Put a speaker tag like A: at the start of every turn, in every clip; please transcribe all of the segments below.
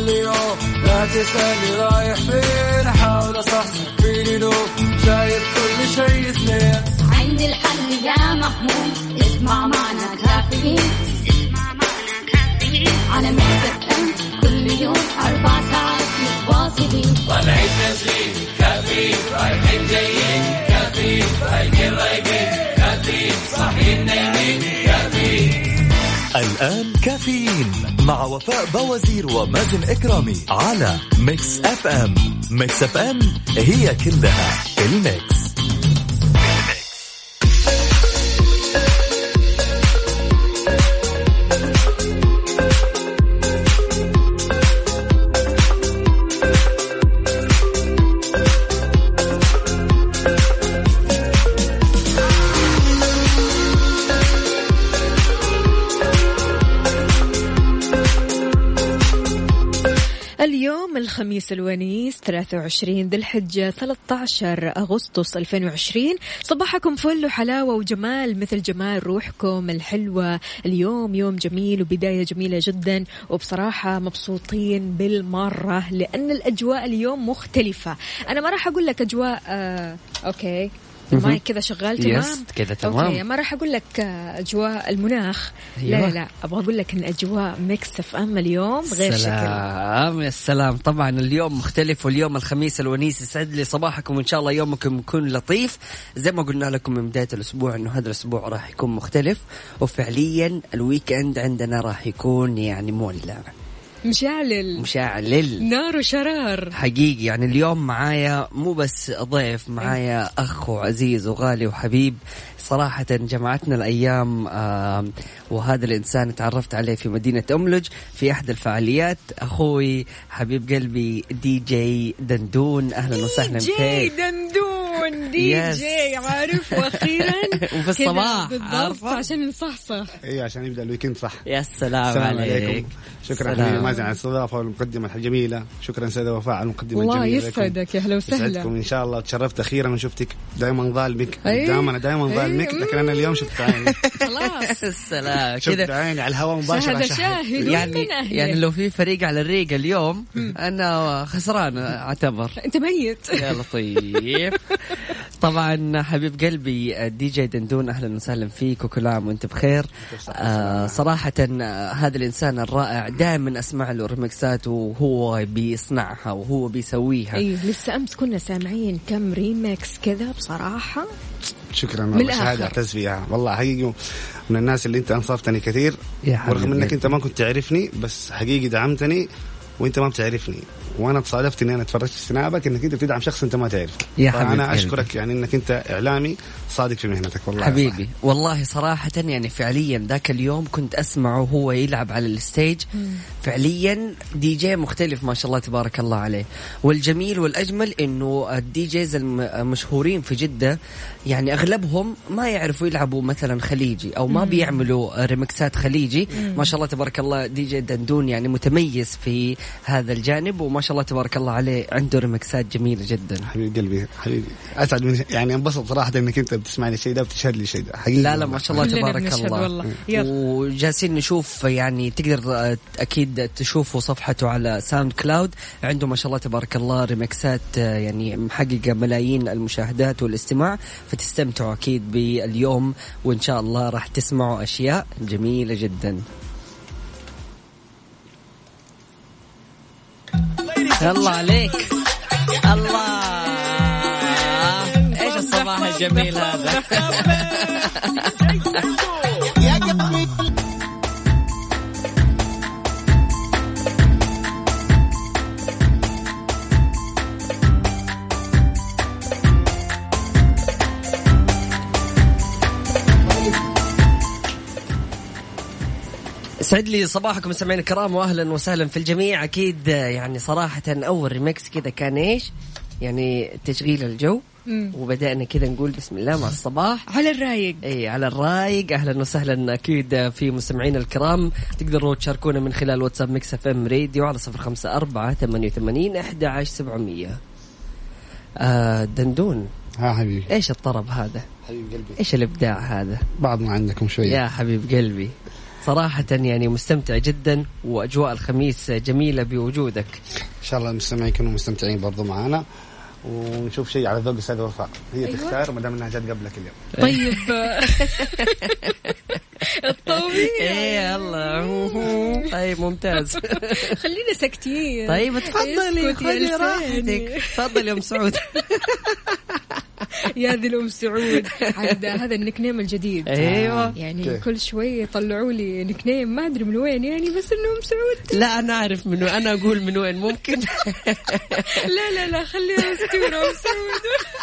A: كل يوم. لا تسألني رايح فين أحاول أصحصح فيني لو شايف كل شيء سنين.
B: عندي الحل يا محمود اسمع معنا كافيين. على مكتب كل يوم 4 ساعات متواصلين.
A: طلعت تسليم كافيين رايحين جايين كافيين رايقين كافيين صاحيين نايمين كافيين.
C: الآن كافيين مع وفاء بوازير ومازن إكرامي على ميكس اف ام. ميكس اف ام هي كلها الميكس.
D: اليوم الخميس الونيس 23 ذي الحجة 13 أغسطس 2020. صباحكم فل وحلاوة وجمال مثل جمال روحكم الحلوة. اليوم يوم جميل وبداية جميلة جدا، وبصراحة مبسوطين بالمرة لأن الأجواء اليوم مختلفة. أنا ما راح أقول لك أجواء أوكي المايك كذا شغال تمام
E: كذا تمام.
D: أوكي. ما راح أقول لك أجواء المناخ. لا أبغى أقول لك إن أجواء ميكس اف ام اليوم غير شكل.
E: سلام يا سلام. طبعا اليوم مختلف، واليوم الخميس الونيس. يسعد لي صباحكم وإن شاء الله يومكم يكون لطيف. زي ما قلنا لكم من بداية الأسبوع إنه هذا الأسبوع راح يكون مختلف، وفعليا الويكند عندنا راح يكون يعني مولع مشعل
D: نار وشرار
E: حقيقي. يعني اليوم معايا مو بس ضيف، معايا أخ وعزيز وغالي وحبيب صراحة. جمعتنا الأيام وهذا الإنسان تعرفت عليه في مدينة أملج في أحد الفعاليات. أخوي حبيب قلبي دي جي دندون. أهلا وسهلا فيك.
D: دي دندون دي جي عارف. وأخيرا
E: وفي الصباح
D: بالضبط عشان نصحصح.
F: إيه عشان يبدأ الويكند صح.
E: يا السلام عليك.
F: شكرا حبيبي مازن على الاستضافة والمقدمة الجميلة. شكرا سيدة وفاء على المقدمة الجميلة.
D: الله يسعدك. يا هلا وسهلا.
F: يسعدكم إن شاء الله. تشرفت أخيرا وشفتك دائما ظالمك. أنا دائما ظالمك، لكن أنا اليوم شفت عيني.
D: خلاص
E: السلام
F: شفت عيني على الهواء مباشرة.
D: شاهد
E: يعني لو في فريق على الريق اليوم أنا خسران أعتبر.
D: أنت ميت.
E: يا لطيف. طبعا حبيب قلبي دي جي دندون أهلا وسهلا فيك وكل عام وأنت بخير. صراحة هذا الإنسان الرائع دائما أسمع له ريمكسات وهو بيصنعها وهو بيسويها.
D: أيه لسه أمس كنا سامعين كم ريمكس كذا بصراحة.
F: شكرا والله شهادة أعتز فيها والله حقيقي. من الناس اللي أنت أنصفتني كثير ورغم أنك أنت ما كنت تعرفني، بس حقيقي دعمتني وأنت ما بتعرفني. وانا تصادفت اني انا اتفرجت في سنابك انك انت بتدعم شخص انت ما تعرف. فانا اشكرك يعني انك انت اعلامي صادق في مهنتك والله
E: حبيبي صح. والله صراحه يعني فعليا ذاك اليوم كنت اسمعه وهو يلعب على الستيج. فعليا دي جي مختلف ما شاء الله تبارك الله عليه. والجميل والاجمل انه الدي جيز المشهورين في جده يعني اغلبهم ما يعرفوا يلعبوا مثلا خليجي او ما بيعملوا ريمكسات خليجي. ما شاء الله تبارك الله دي جي دندون يعني متميز في هذا الجانب، وما شاء الله تبارك الله عليه عنده ريمكسات جميلة جدا.
F: حبيبي قلبي حبيبي أسعد من يعني انبسط صراحة إنك أنت بتسمعني شيء ده وبتشهد لي شيء ده حقيقي.
E: لا ما شاء الله تبارك الله. وجالسين نشوف يعني تقدر أكيد تشوفوا صفحته على ساوند كلاود. عنده ما شاء الله تبارك الله ريمكسات يعني محققة ملايين المشاهدات والاستماع، فتستمتعوا أكيد باليوم وإن شاء الله راح تسمعوا أشياء جميلة جدا. الله عليك الله. ايش الصباح الجميل هذا. سعد لي صباحكم مستمعين الكرام واهلا وسهلا في الجميع. اكيد يعني صراحه اول ريمكس كذا كان ايش يعني تشغيل الجو وبدأنا كذا نقول بسم الله مع الصباح
D: على الرايق.
E: اي على الرايق. اهلا وسهلا اكيد في مستمعين الكرام. تقدروا تشاركونا من خلال واتساب ميكس اف ام راديو على 0548811700. دندون
F: ها حبيبي
E: ايش الطرب هذا
F: حبيب قلبي؟
E: ايش الابداع هذا؟
F: بعض ما عندكم شويه
E: يا حبيب قلبي. صراحة يعني مستمتع جدا، وأجواء الخميس جميلة بوجودك.
F: إن شاء الله المستمعين يكونوا مستمتعين برضو معنا، ونشوف شيء على ذوق السيدة وفاء. هي تختار ما دام انها جت قبلك اليوم.
D: طيب الطبيعي.
E: ايه يلا. طيب ممتاز.
D: خلينا ساكتين.
E: طيب تفضلي خذي راحتك. تفضلي يا ام سعود.
D: يا ذي الأم سعود، عاد هذا النكنيم الجديد.
E: ايوه
D: يعني كل شوي يطلعوا لي نكنيم ما ادري من وين، يعني بس انه أم سعود.
E: لا انا اعرف منه، انا اقول من وين ممكن.
D: لا خليها أسطورة أم سعود.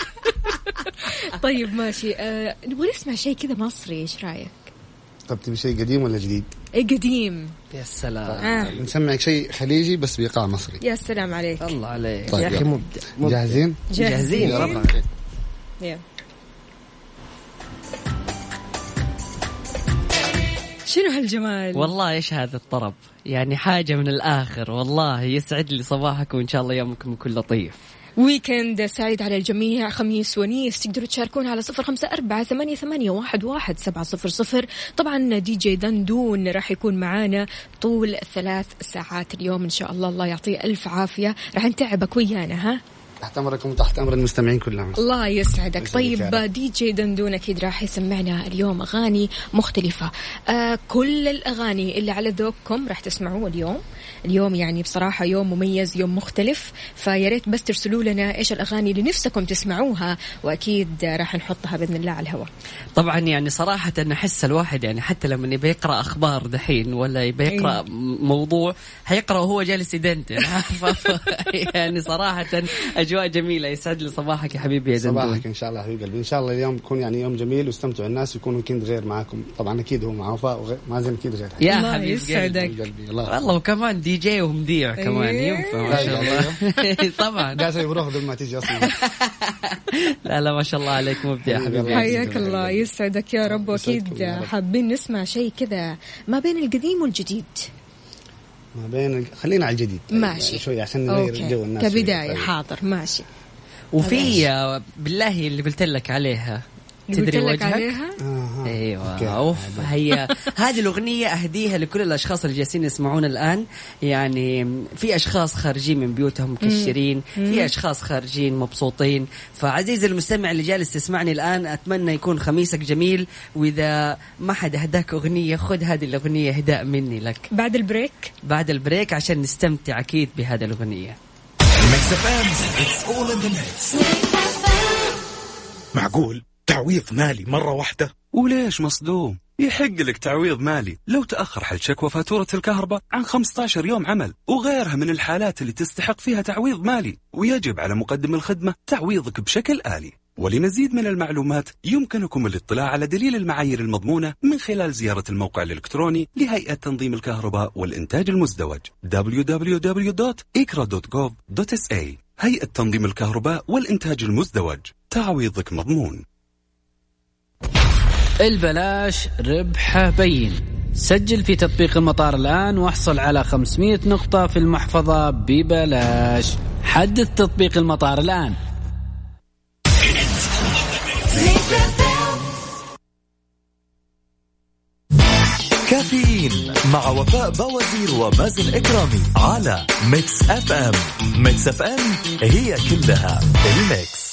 D: طيب ماشي، نبغى نسمع شيء كذا مصري، ايش رايك؟
F: طب تبي شيء قديم ولا جديد؟
D: ايه قديم.
E: يا سلام.
F: نسمعك شيء خليجي بس بإيقاع مصري.
D: يا سلام عليك.
E: الله عليك.
F: طيب
E: يا اخي مبدع.
F: جاهزين؟
E: جاهزين.
D: يلا. شنو هالجمال؟
E: والله ايش هذا الطرب، يعني حاجة من الآخر. والله يسعد لي صباحكم وإن شاء الله يومكم يكون لطيف.
D: ويكند سعيد على الجميع. خميس ونيس. تقدروا تشاركون على 0548811700. طبعا دي جي دندون راح يكون معانا طول 3 ساعات اليوم إن شاء الله. الله يعطيه ألف عافية. راح نتعبك ويانا. ها
F: تحت أمركم وتحت أمر المستمعين كلهم.
D: الله يسعدك. طيب دي جي دندون أكيد راح يسمعنا اليوم أغاني مختلفة. كل الأغاني اللي على ذوقكم راح تسمعوه اليوم يعني بصراحة يوم مميز، يوم مختلف. فياريت بس ترسلوا لنا إيش الأغاني اللي نفسكم تسمعوها، وأكيد راح نحطها بإذن الله على الهواء.
E: طبعا يعني صراحة نحس الواحد يعني حتى لما يبي يقرأ أخبار دحين ولا يبي يقرأ موضوع هيقرأ وهو جالس يدندن. يعني صراحة أجواء جميلة. يسعد لي صباحك يا حبيبي يا دندون.
F: صباحك إن شاء الله حبيبي قلبي. إن شاء الله اليوم يكون يعني يوم جميل واستمتعوا الناس، ويكون ويكند غير معاكم. طبعا أكيد هو مع وفاء وغير مازن أكيد غير.
E: يا حبيبي يسعدك. والله وكمان دي جي ومذيع كمان ينفع ما شاء الله. طبعا
F: قاعد يبروح قبل ما تيجي أصلا.
E: لا ما شاء الله عليك مبدع حبيبي.
D: حياك الله يسعدك يا رب. وأكيد حابين نسمع شيء كذا ما بين القديم والجديد.
F: ما بين خلينا على الجديد
D: ماشي
F: شوي عشان نغير جو الناس
D: كبداية. حاضر ماشي.
E: وفي بالله اللي قلت لك عليها تدري وجهك
D: عليها؟
E: ايوه اوف. هي هذه الاغنيه اهديها لكل الاشخاص اللي جالسين يسمعون الان. يعني في اشخاص خارجين من بيوتهم مكشرين، في اشخاص خارجين مبسوطين. فعزيزي المستمع اللي جالس تسمعني الان، اتمنى يكون خميسك جميل. واذا ما حد اهداك اغنيه، خذ هذه الاغنيه اهداء مني لك بعد البريك عشان نستمتع اكيد بهذه الاغنيه.
G: معقول تعويض مالي مرة واحدة؟ وليش مصدوم؟ يحق لك تعويض مالي لو تأخر حل شكوى فاتورة الكهرباء عن 15 يوم عمل، وغيرها من الحالات اللي تستحق فيها تعويض مالي، ويجب على مقدم الخدمة تعويضك بشكل آلي. ولمزيد من المعلومات يمكنكم الاطلاع على دليل المعايير المضمونة من خلال زيارة الموقع الإلكتروني لهيئة تنظيم الكهرباء والإنتاج المزدوج www.icra.gov.sa. هيئة تنظيم الكهرباء والإنتاج المزدوج، تعويضك مضمون.
H: البلاش ربحه بين. سجل في تطبيق المطار الآن واحصل على 500 نقطة في المحفظة ببلاش. حدث تطبيق المطار الآن.
C: كافيين مع وفاء بوازير ومازن إكرامي على ميكس اف ام. ميكس اف ام هي كلها الميكس.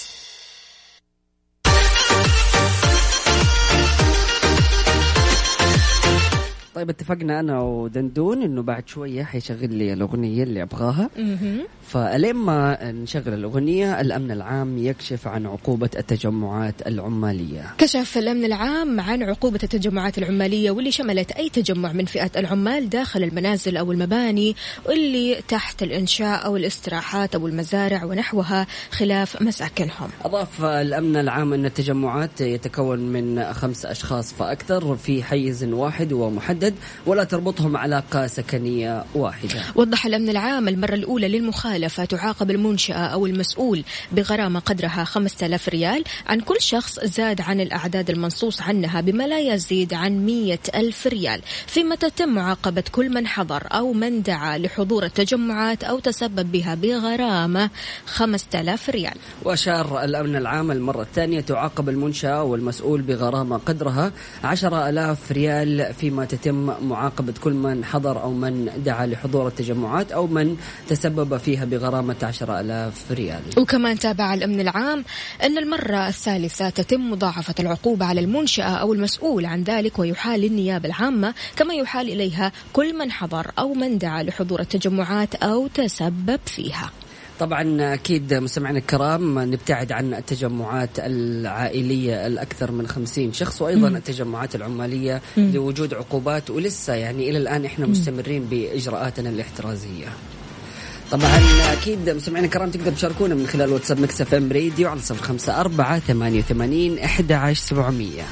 E: طيب اتفقنا أنا ودندون إنه بعد شوية حيشغل لي الأغنية اللي أبغاها. فألين ما نشغل الأغنية، الأمن العام يكشف عن عقوبة التجمعات العمالية.
D: كشف الأمن العام عن عقوبة التجمعات العمالية، واللي شملت أي تجمع من فئات العمال داخل المنازل أو المباني واللي تحت الإنشاء أو الاستراحات أو المزارع ونحوها خلاف مساكنهم.
E: أضاف الأمن العام أن التجمعات يتكون من 5 أشخاص فأكثر في حيز واحد ومحدد، ولا تربطهم علاقة سكنية واحدة.
D: وضح الأمن العام المرة الأولى للمخالفة تعاقب المنشأة أو المسؤول بغرامة قدرها 5000 ريال عن كل شخص زاد عن الأعداد المنصوص عنها بما لا يزيد عن 100,000 ريال، فيما تتم معاقبة كل من حضر أو من دعا لحضور التجمعات أو تسبب بها بغرامة 5000 ريال.
E: وأشار الأمن العام المرة الثانية تعاقب المنشأة والمسؤول بغرامة قدرها 10,000 ريال، فيما تتم تم معاقبة كل من حضر أو من دعا لحضور التجمعات أو من تسبب فيها بغرامة 10,000 ريال.
D: وكمان تابع الأمن العام أن المرة الثالثة تتم مضاعفة العقوبة على المنشأة أو المسؤول عن ذلك، ويحال للنيابة العامة كما يحال إليها كل من حضر أو من دعا لحضور التجمعات أو تسبب فيها.
E: طبعا أكيد مستمعينا الكرام نبتعد عن التجمعات العائلية الأكثر من 50 شخص، وأيضا التجمعات العمالية لوجود عقوبات، ولسه يعني إلى الآن إحنا مستمرين بإجراءاتنا الاحترازية. طبعا أكيد مستمعينا الكرام تقدر تشاركونا من خلال واتساب ميكس اف ام راديو على 0548811700.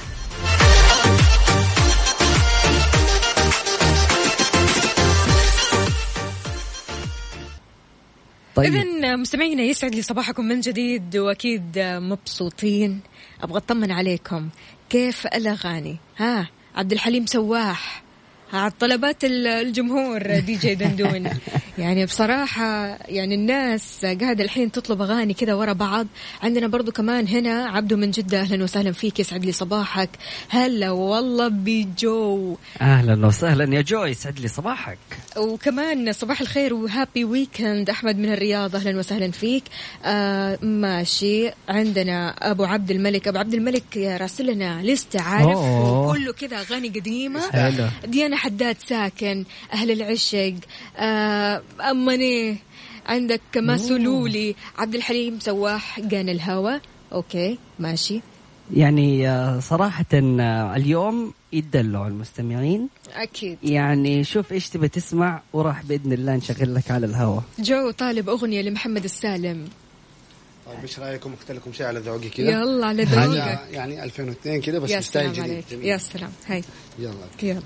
D: طيب. إذن مستمعينا يسعد لي صباحكم من جديد، وأكيد مبسوطين. أبغى أطمن عليكم، كيف الأغاني؟ عبد الحليم سواح، على طلبات الجمهور دي جي دندون. يعني بصراحة يعني الناس قاعدة الحين تطلب أغاني كذا ورا بعض. عندنا برضو كمان هنا عبدو من جدة، أهلا وسهلا فيك، يسعد لي صباحك. هلا والله بجو،
E: أهلا وسهلا يا جو، يسعد لي صباحك.
D: وكمان صباح الخير وهابي ويكند. أحمد من الرياض، أهلا وسهلا فيك. ماشي. عندنا أبو عبد الملك، أبو عبد الملك راسلنا لستة عارف وكله كذا أغاني قديمة. ديانا حداد ساكن، أهل العشق، أمني، عندك ما سلولي، عبد الحليم سواح، قان الهوى. أوكي ماشي.
E: يعني صراحة اليوم يدلوا المستمعين
D: أكيد.
E: يعني شوف إيش تبي تسمع وراح بإذن الله نشغل لك على الهوى.
D: جو طالب أغنية لمحمد السالم.
F: طيب إيش رأيكم أختار لكم شيء على ذوقي كذا؟
D: يلا على ذوقك.
F: يعني 2002 كذا بس ستايل جديد.
D: يا سلام. هاي يلا.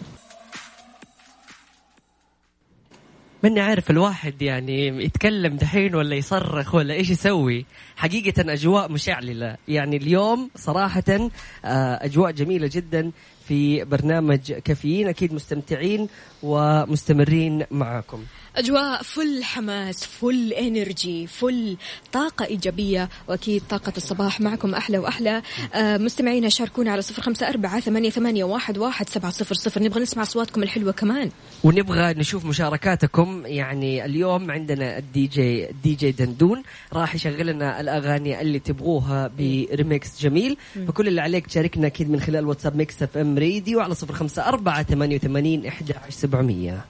E: مني عارف الواحد يعني يتكلم دحين ولا يصرخ ولا إيش يسوي. حقيقة أجواء مشعللة يعني اليوم صراحة، أجواء جميلة جدا في برنامج كافيين. أكيد مستمتعين ومستمرين معاكم.
D: أجواء فل حماس، فل إنرجي، فل طاقة إيجابية، وأكيد طاقة الصباح معكم أحلى وأحلى. مستمعينا شاركونا على 0548811700. نبغى نسمع أصواتكم الحلوة كمان،
E: ونبغى نشوف مشاركاتكم. يعني اليوم عندنا الدي جي دندون راح يشغل لنا الأغاني اللي تبغوها بريميكس جميل. فكل اللي عليك تشاركنا أكيد من خلال واتساب ميكس اف ام راديو على 0548811700.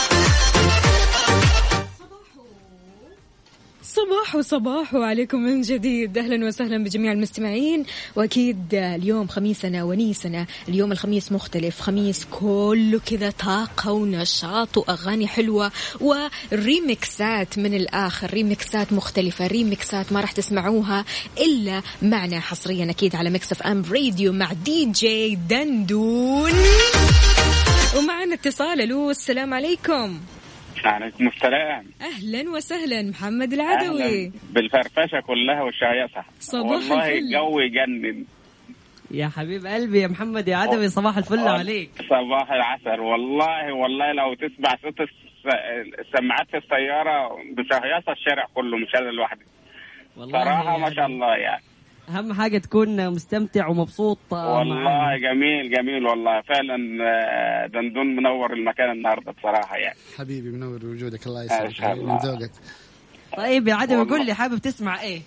D: صباح عليكم من جديد، أهلا وسهلا بجميع المستمعين. وأكيد اليوم خميسنا ونيسنا، اليوم الخميس مختلف، خميس كله كذا طاقة ونشاط وأغاني حلوة وريميكسات من الآخر، ريميكسات مختلفة، ريميكسات ما راح تسمعوها إلا معنا حصريا أكيد على ميكس اف ام راديو مع دي جي دندون. ومعنا اتصال. ألو السلام عليكم.
I: عليكم السلام.
D: أهلا وسهلا محمد العدوي.
I: بالفرفشة كلها والشهيصة. والله الجو يجنن
E: يا حبيب قلبي يا محمد يا عدوي. صباح الفل عليك.
I: صباح العسل. والله لو تسمع صوت السماعات في السيارة بشهيصة الشارع كله، مش أنا لوحدي صراحة يعني. ما شاء الله يعني
E: أهم حاجة تكون مستمتع ومبسوط.
I: والله معنا. جميل والله فعلا. دندون منور المكان النهاردة بصراحة يعني.
F: حبيبي منور وجودك، الله يسعدك من ذوقك.
E: طيب يا عدوي قول لي حابب تسمع ايه؟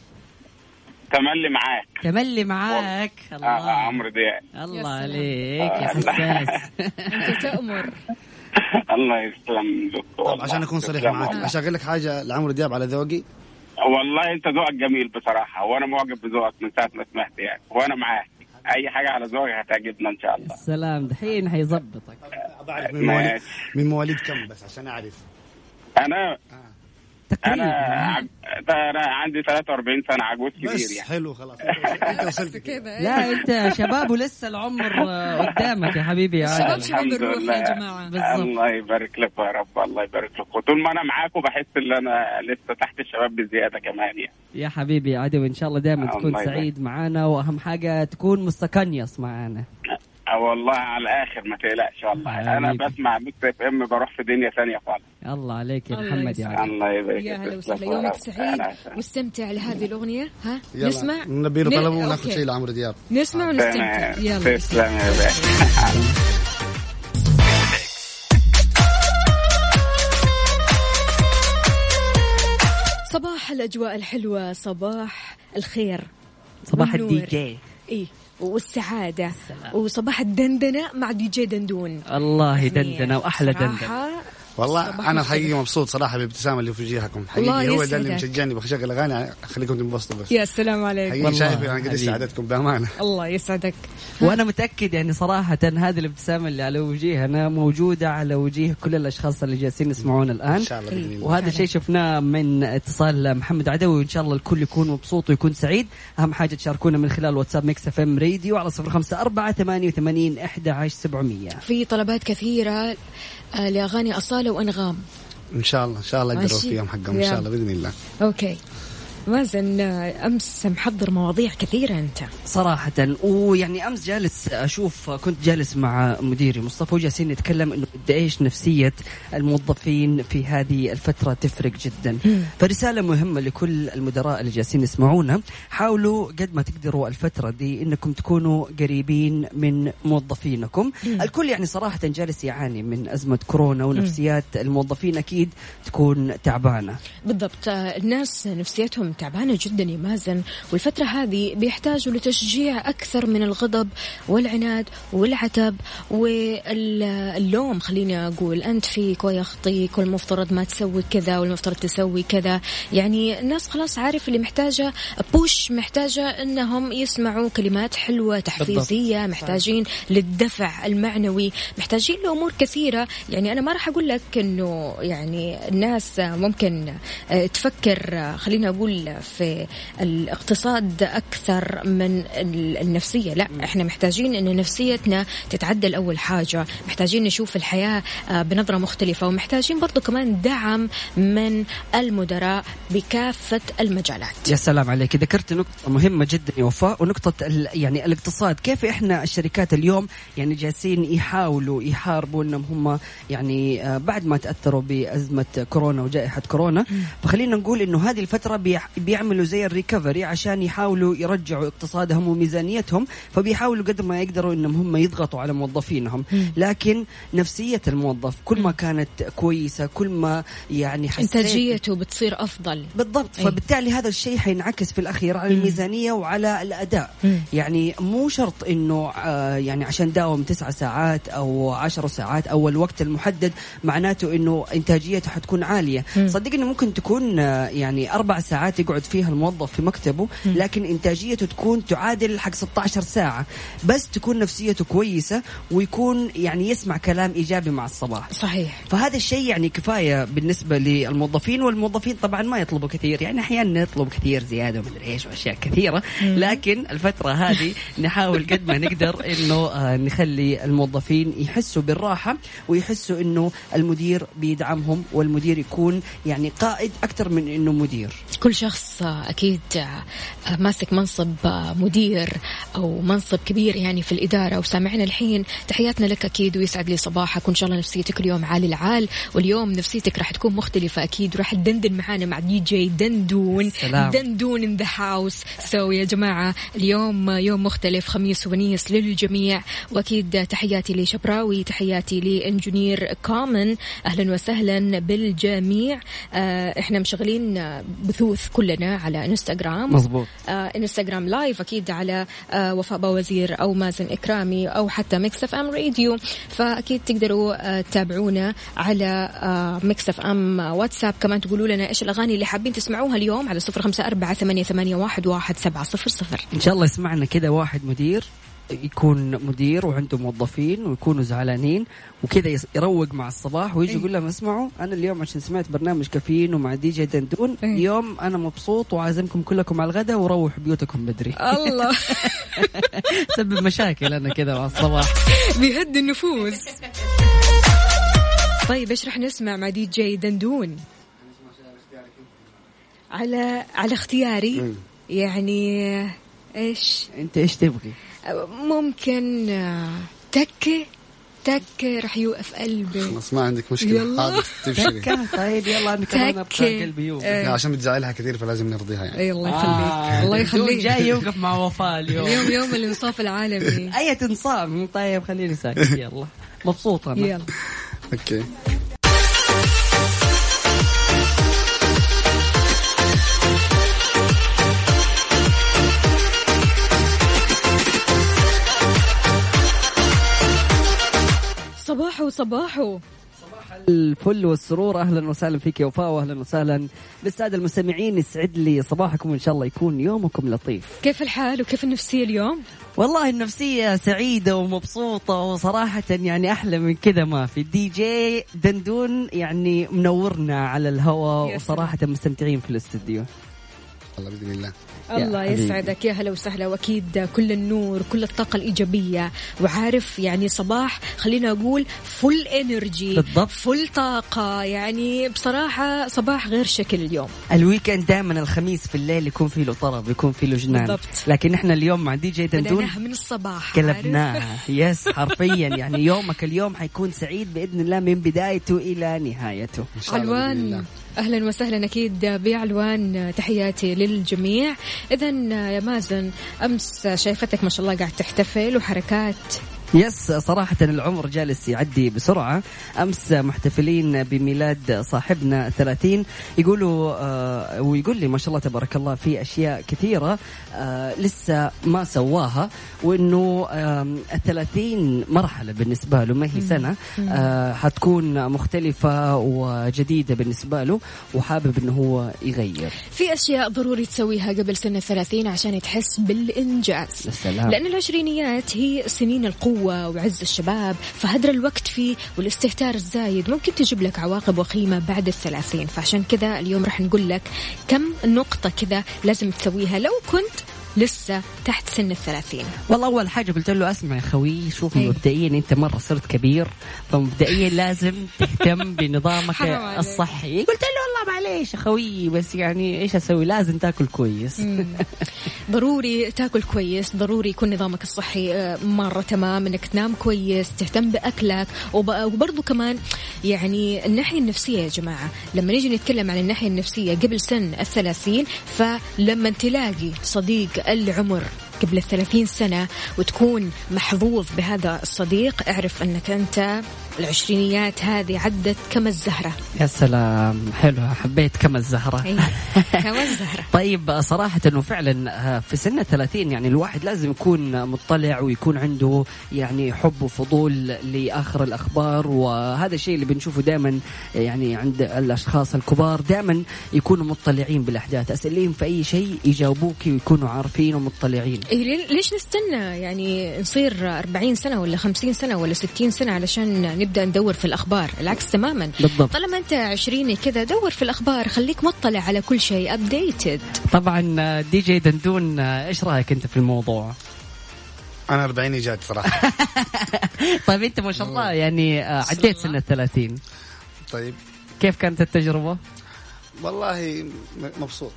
I: تملي معاك.
E: الله
I: عمرو دياب.
E: الله عليك يا حساس.
D: انت تأمر.
I: الله يسلم.
F: طب عشان اكون صريح معاك، اشغل لك حاجة لعمرو دياب على ذوقي.
I: والله انت ذوقك جميل بصراحة، وانا معجب بذوقك من ساعة ما سمعت يعني، وانا معاك اي حاجة على ذوقك هتعجبنا ان شاء الله.
E: السلام دحين حيظبطك.
F: بعرف من مواليد كم بس عشان اعرف.
I: انا عندي 43 سنة، عجوز كبير يعني.
F: حلو خلاص. انت وصلت
D: كده.
E: لا انت شباب ولسه العمر قدامك يا حبيبي.
D: شباب بالروح يا جماعة.
I: بالضبط. الله يبارك لك يا رب، الله يبارك لك. وطول ما انا معاكم بحس ان انا لسه تحت الشباب بزيادة كمان يعني.
E: يا حبيبي يا عدوي ان شاء الله دائما تكون سعيد معانا، واهم حاجة تكون مستقنيص معانا.
I: والله على الآخر ما تقلقش والله. أنا بسمع ميكس اف ام بروح في دنيا ثانية خالص.
E: الله عليك يا محمد يا عدوي.
I: الله يبارك.
D: يا هلا وسهلا، يومك سعيد واستمتع لهذه الأغنية. ها
F: نسمع نبي له طلبوا وناخذ شيء لعمرو دياب.
D: نسمع ونستمتع. يلا
I: تسلم يا باشا.
D: صباح الأجواء الحلوة، صباح الخير،
E: صباح الدي جي
D: إيه والسعادة، وصباح الدندنة مع دي جي دندون.
E: الله يعني دندنة وأحلى دندنة.
F: والله أنا حقيقي مبسوط صراحة بالابتسامة اللي في وجهكم، حقيقي هو ده اللي مشجعني بشغل أغاني أخليكم تنبسطوا بس.
D: يا سلام عليك،
F: حقيقي شايف أنا قد سعادتكم بأمانة.
D: الله يسعدك.
E: وأنا متأكد يعني صراحة هذه الابتسامة اللي على وجهنا موجودة على وجه كل الأشخاص اللي جالسين يسمعون الآن إن شاء الله. وهذا الشيء شفناه من اتصال محمد عدوي، وإن شاء الله الكل يكون مبسوط ويكون سعيد. أهم حاجة تشاركونا من خلال واتساب ميكس اف ام راديو على 0548811700.
D: في طلبات كثيرة لأغاني أصالة وأنغام،
F: إن شاء الله أقدر فيهم حقهم إن شاء الله بإذن الله.
D: أوكي مازن، أمس محضر مواضيع كثيرة أنت
E: صراحة، ويعني أمس جالس أشوف، كنت جالس مع مديري مصطفى وجالسين نتكلم إنه قد إيش نفسية الموظفين في هذه الفترة تفرق جدا. فرسالة مهمة لكل المدراء اللي جالسين يسمعونا، حاولوا قد ما تقدروا الفترة دي إنكم تكونوا قريبين من موظفينكم. الكل يعني صراحة جالس يعاني من أزمة كورونا، ونفسيات الموظفين أكيد تكون تعبانة.
D: بالضبط، الناس نفسيتهم تعبانة جدا يا مازن، والفترة هذه بيحتاجوا لتشجيع أكثر من الغضب والعناد والعتب واللوم. خليني أقول أنت فيك ويخطيك، والمفترض ما تسوي كذا والمفترض تسوي كذا. يعني الناس خلاص عارف اللي محتاجة بوش، محتاجة أنهم يسمعوا كلمات حلوة تحفيزية، محتاجين للدفع المعنوي، محتاجين لأمور كثيرة. يعني أنا ما راح أقول لك أنه يعني الناس ممكن تفكر، خلينا أقول في الاقتصاد أكثر من النفسية، لا إحنا محتاجين أن نفسيتنا تتعدل. أول حاجة محتاجين نشوف الحياة بنظرة مختلفة، ومحتاجين برضو كمان دعم من المدراء بكافة المجالات.
E: يا سلام عليك، ذكرت نقطة مهمة جدا يا وفاء، ونقطة يعني الاقتصاد. كيف إحنا الشركات اليوم يعني جالسين يحاولوا يحاربوا أنهم هم يعني بعد ما تأثروا بأزمة كورونا وجائحة كورونا، فخلينا نقول إنه هذه الفترة بيعملوا زي الريكفري عشان يحاولوا يرجعوا اقتصادهم وميزانيتهم، فبيحاولوا قدر ما يقدروا إنهم هم يضغطوا على موظفينهم. لكن نفسية الموظف كل ما كانت كويسة، كل ما يعني
D: إنتاجيته بتصير أفضل.
E: بالضبط. فبالتالي هذا الشيء حينعكس في الأخير على الميزانية وعلى الأداء. يعني مو شرط إنه يعني عشان داوم 9 ساعات أو 10 ساعات أو الوقت المحدد معناته إنه إنتاجيته حتكون عالية. صدق إنه ممكن تكون يعني 4 ساعات يقعد فيها الموظف في مكتبه، لكن إنتاجيته تكون تعادل حق 16 ساعة، بس تكون نفسيته كويسة ويكون يعني يسمع كلام إيجابي مع الصباح.
D: صحيح.
E: فهذا الشيء يعني كفاية بالنسبة للموظفين. والموظفين طبعا ما يطلبوا كثير، يعني أحيانا نطلب كثير زيادة ومدري إيش وأشياء كثيرة، لكن الفترة هذه نحاول قد ما نقدر إنه نخلي الموظفين يحسوا بالراحة، ويحسوا إنه المدير بيدعمهم، والمدير يكون يعني قائد أكثر من إنه مدير.
D: كل شخص أكيد ماسك منصب مدير أو منصب كبير يعني في الإدارة وسامعنا الحين، تحياتنا لك أكيد، ويسعد لي صباحك، وإن شاء الله نفسيتك اليوم عالي العال، واليوم نفسيتك راح تكون مختلفة أكيد، وراح تدندن معانا مع دي جي دندون. دندون in the house. يا جماعة اليوم يوم مختلف، خميس ونيس للجميع، وأكيد تحياتي لشبراوي، تحياتي لإنجنير كامن، أهلا وسهلا بالجميع. إحنا مشغلين بثوث كلنا على انستغرام.
E: مظبوط.
D: انستغرام لايف أكيد على وفاء بوزير أو مازن إكرامي أو حتى ميكس اف ام راديو، فأكيد تقدروا تتابعونا على ميكس اف ام واتساب. كمان تقولوا لنا إيش الأغاني اللي حابين تسمعوها اليوم على 0548811700.
E: إن شاء الله يسمعنا كذا واحد مدير، يكون مدير وعنده موظفين ويكونوا زعلانين وكذا يروق مع الصباح ويجي يقول لهم اسمعوا أنا اليوم عشان سمعت برنامج كافيين ومع دي جي دندون اليوم أنا مبسوط وعازمكم كلكم على الغداء وروح بيوتكم بدري.
D: الله
E: سبب مشاكل أنا كذا مع الصباح،
D: بيهدي النفوس. طيب إيش رح نسمع مع دي جي دندون؟ على اختياري يعني. إيش
E: أنت إيش تبغي؟
D: ممكن تكة رح يوقف قلبي.
F: خلاص ما عندك مشكلة. حاضر تبشري.
E: طيب يلا أنا كمان أبقى قلبي يوقف.
F: عشان بتزعلها كثير فلازم نرضيها يعني.
D: الله يخليك. الله يخليك.
E: جاي يوقف مع وفاء اليوم.
D: يوم الإنصاف العالمي.
E: أي تنصاف. طيب خليني ساكت. يلا مبسوطة أنا.
D: يلا.
F: أوكي.
D: صباحو.
E: الفل والسرور، أهلا وسهلا فيك يا وفاء، وأهلا وسهلا بالسادة المستمعين. يسعد لي صباحكم وإن شاء الله يكون يومكم لطيف.
D: كيف الحال وكيف النفسية اليوم؟
E: والله النفسية سعيدة ومبسوطة، وصراحة يعني أحلى من كذا ما في. دي جي دندون يعني منورنا على الهواء، وصراحة مستمتعين في الاستديو.
F: الله بإذن الله.
D: الله يسعدك، يا هلا وسهلا، واكيد كل النور كل الطاقه الايجابيه، وعارف يعني صباح خلينا اقول فل انرجي، فل طاقه، يعني بصراحه صباح غير شكل اليوم.
E: الويكند دائما الخميس في الليل يكون فيه له طرب، يكون فيه له جنان بالضبط. لكن احنا اليوم مع دي جي دندون
D: من الصباح
E: قلبناها يس حرفيا. يعني يومك اليوم حيكون سعيد باذن الله من بدايته الى نهايته.
D: علوان أهلا وسهلا، أكيد بعلوان تحياتي للجميع. إذن يا مازن، أمس شايفتك ما شاء الله قاعد تحتفل وحركات.
E: يس صراحة العمر جالس يعدي بسرعة. أمس محتفلين بميلاد صاحبنا 30، يقولوا ويقول لي ما شاء الله تبارك الله في أشياء كثيرة لسه ما سواها، وإنه 30 مرحلة بالنسبة له، ما هي سنة، حتكون مختلفة وجديدة بالنسبة له، وحابب إنه هو يغير
D: في أشياء ضروري تسويها قبل سنة 30 عشان تحس بالإنجاز.
E: السلام.
D: لأن العشرينيات هي سنين القوة وعز الشباب، فهدر الوقت فيه والاستهتار الزايد ممكن تجيب لك عواقب وخيمة بعد 30. فعشان كذا اليوم رح نقول لك كم نقطة كذا لازم تسويها لو كنت لسه تحت سن 30.
E: والله أول حاجة قلت له أسمع يا خوي، شوف مبدئيا أنت مرة صرت كبير، فمبدئيا لازم تهتم بنظامك الصحي. قلت له والله معليش يا خوي، بس يعني إيش أسوي؟ لازم تأكل كويس.
D: ضروري تأكل كويس، ضروري يكون نظامك الصحي مرة تمام، إنك تنام كويس، تهتم بأكلك، وبرضو كمان يعني الناحية النفسية يا جماعة. لما نيجي نتكلم عن الناحية النفسية قبل سن 30، فلما تلاقي صديق العمر قبل 30 سنة وتكون محظوظ بهذا الصديق، اعرف أنك أنت العشرينيات هذه عدت كما الزهرة.
E: يا سلام، حلو، حبيت كما الزهرة.
D: كما الزهرة.
E: طيب صراحة أنه فعلا في سنة 30 يعني الواحد لازم يكون مطلع ويكون عنده يعني حب وفضول لآخر الأخبار، وهذا الشيء اللي بنشوفه دائما يعني عند الأشخاص الكبار، دائما يكونوا مطلعين بالأحداث، أسألهم في أي شيء يجاوبوك ويكونوا عارفين ومطلعين.
D: ليش نستنى يعني نصير 40 سنة ولا 50 سنة ولا 60 سنة علشان نبدأ ندور في الأخبار؟ العكس تماما
E: بالضبط.
D: طالما أنت 20 كذا دور في الأخبار، خليك مطلع على كل شيء updated.
E: طبعا دي جي دندون، إيش رأيك أنت في الموضوع؟
F: أنا 40 إيجاد صراحة.
E: طيب أنت ما شاء الله يعني عديت سنة 30.
F: طيب
E: كيف كانت التجربة؟
F: والله مبسوط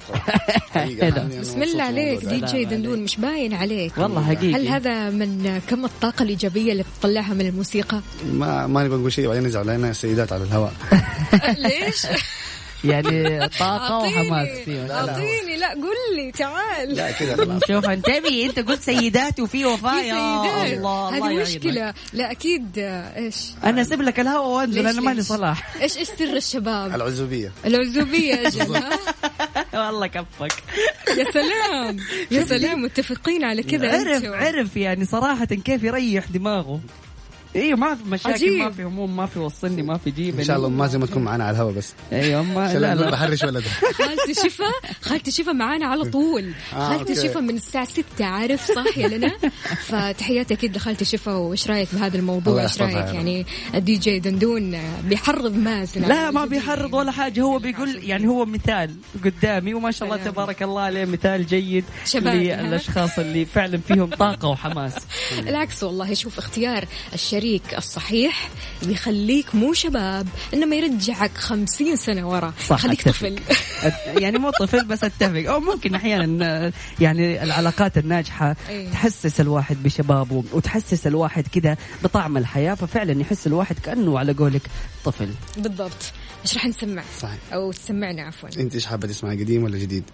D: بسم الله عليك دي جي دندون، مش باين عليك
E: والله حقيقي.
D: هل هذا من كم الطاقة الإيجابية اللي تطلعها من الموسيقى؟
F: ما نبغى نقول شيء وبعدين نزعل لنا السيدات على الهواء.
D: ليش؟
E: يعني طاقة وحماس فيه.
D: أعطيني، لا قل لي تعال.
F: لا كذا خلاص.
E: شوف انتبهي، انت قلت سيدات وفي وفاء. يا الله
D: هذه مشكلة. لا أكيد. إيش
E: أنا أسيب لك الهواء وأنزل، أنا مالي صلاح.
D: إيش سر الشباب؟
F: العزوبية
D: يا جماعة.
E: والله كفك.
D: يا سلام يا سلام، متفقين على كذا.
E: عرف يعني صراحة كيف يريح دماغه. ايوه ما في مشاكل عجيب. ما في هموم، ما في وصلني، ما في جيب.
F: ان شاء الله ما زي ما تكون معنا على الهواء بس.
E: ايوه ما لا
F: بحرش ولد.
D: خالتي شفا معانا على طول. خالتي شفا من الساعة 6 عارف صح يا لنا. فتحياتي اكيد لخالتي شفا. وايش رايك بهذا الموضوع؟ ايش رايك يعني الدي جي دندون بيحرض مازن؟
E: لا ما بيحرض ولا حاجة، هو بيقول يعني هو مثال قدامي، وما شاء الله تبارك الله عليه مثال جيد للاشخاص اللي فعلا فيهم طاقة وحماس.
D: العكس والله، شوف اختيار الشريك الصحيح بيخليك مو شباب إنما يرجعك 50 سنة ورا. خليك طفل.
E: يعني مو طفل بس اتفق. أو ممكن أحيانا يعني العلاقات الناجحة تحسس الواحد بشبابه وتحسس الواحد كذا بطعم الحياة، ففعلا يحس الواحد كأنه على قولك طفل.
D: بالضبط. إيش راح نسمع؟
F: صحيح.
D: أو تسمعنا عفوا.
F: أنت إيش حابة تسمع، قديم ولا جديد؟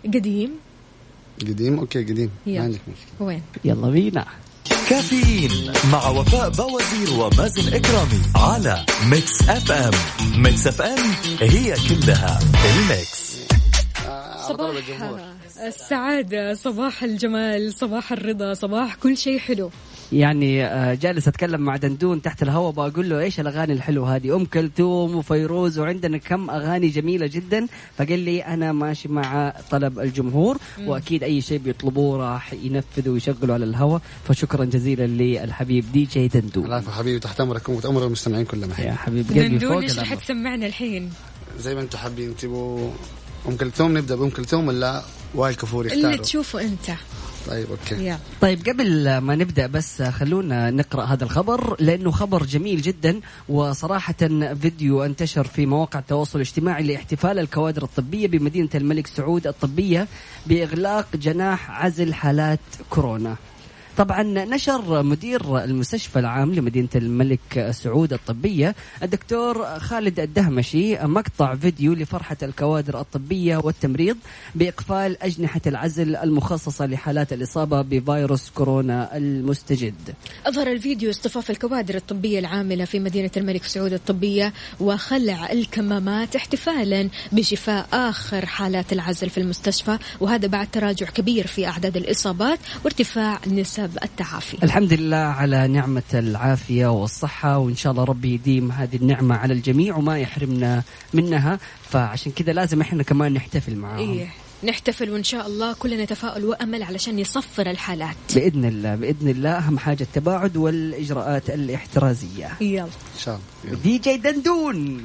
D: قديم.
F: أوكي قديم. ما عندك
D: مشكلة. وين؟
E: يلا بينا.
C: كافيين مع وفاء بوازير ومازن إكرامي على ميكس اف ام. ميكس اف ام هي كلها الميكس.
D: صباح السعادة، صباح الجمال، صباح الرضا، صباح كل شيء حلو.
E: يعني جالس أتكلم مع دندون تحت الهواء بقول له إيش الأغاني الحلوة هذه، أم كلثوم وفيروز وعندنا كم أغاني جميلة جدا. فقال لي أنا ماشي مع طلب الجمهور وأكيد أي شيء بيطلبوه راح ينفذوا ويشغلوا على الهواء. فشكرا جزيلا للحبيب دي جي دندون.
F: العفو حبيبي، تحت أمركم وتأمر المستمعين كلهم.
E: يا حبيب قلبي
D: دندون إيش رح تسمعنا الحين؟
F: زي ما أنتم حابين. تبوا أم كلثوم؟ نبدأ بأم كلثوم ولا وائل كفور يختاروا؟
D: اللي تشوفه أنت.
F: طيب أوكي.
E: طيب قبل ما نبدأ بس خلونا نقرأ هذا الخبر لأنه خبر جميل جدا، وصراحة فيديو انتشر في مواقع التواصل الاجتماعي لاحتفال الكوادر الطبية بمدينة الملك سعود الطبية بإغلاق جناح عزل حالات كورونا. طبعا نشر مدير المستشفى العام لمدينة الملك سعود الطبية الدكتور خالد الدهمشي مقطع فيديو لفرحة الكوادر الطبية والتمريض بإقفال أجنحة العزل المخصصة لحالات الإصابة بفيروس كورونا المستجد.
D: أظهر الفيديو اصطفاف الكوادر الطبية العاملة في مدينة الملك سعود الطبية وخلع الكمامات احتفالا بشفاء آخر حالات العزل في المستشفى، وهذا بعد تراجع كبير في أعداد الإصابات وارتفاع نسب التعافي.
E: الحمد لله على نعمة العافية والصحة، وإن شاء الله ربي يديم هذه النعمة على الجميع وما يحرمنا منها. فعشان كذا لازم إحنا كمان نحتفل معهم.
D: نحتفل وإن شاء الله كلنا تفاؤل وأمل علشان يصفر الحالات
E: بإذن الله. بإذن الله أهم حاجة التباعد والإجراءات الاحترازية.
D: يلا
F: إن شاء الله.
E: دي جي دندون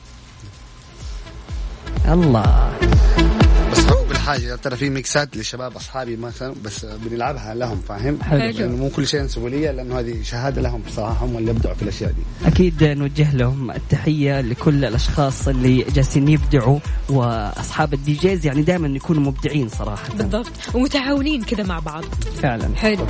E: الله.
F: بس هو بالحاجة ترى في ميكسات للشباب أصحابي مثلا، بس بنلعبها لهم، فاهم؟
E: حلو.
F: مو كل شيء مسؤولية، لأنه هذه شهادة لهم بصراحة، هم اللي يبدعوا في الأشياء دي.
E: أكيد نوجه لهم التحية لكل الأشخاص اللي جالسين يبدعوا، وأصحاب الدي جيز يعني دائما يكونوا مبدعين صراحة.
D: بالضبط، ومتعاونين كذا مع بعض
E: فعلا.
D: حلو.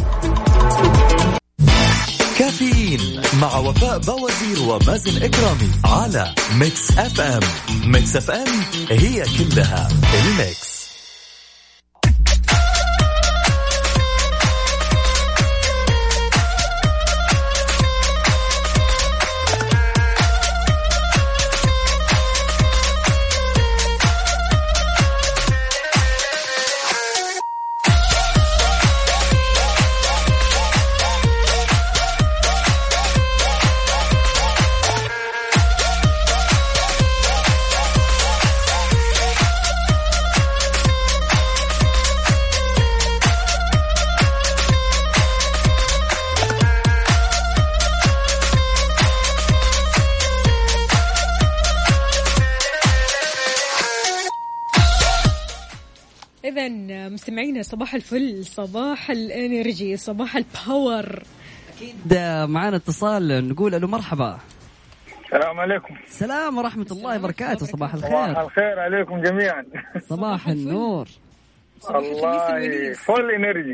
C: كافيين مع وفاء بوازير ومازن إكرامي على ميكس اف ام. ميكس اف ام هي كلها الميكس.
D: إذن مستمعينا صباح الفل، صباح الانرجي، صباح الباور.
E: أكيد معنا اتصال، نقول ألو مرحبا.
J: السلام عليكم.
E: السلام ورحمة الله وبركاته. صباح الخير.
J: صباح الخير عليكم جميعا.
E: صباح النور.
J: الله فول انرجي.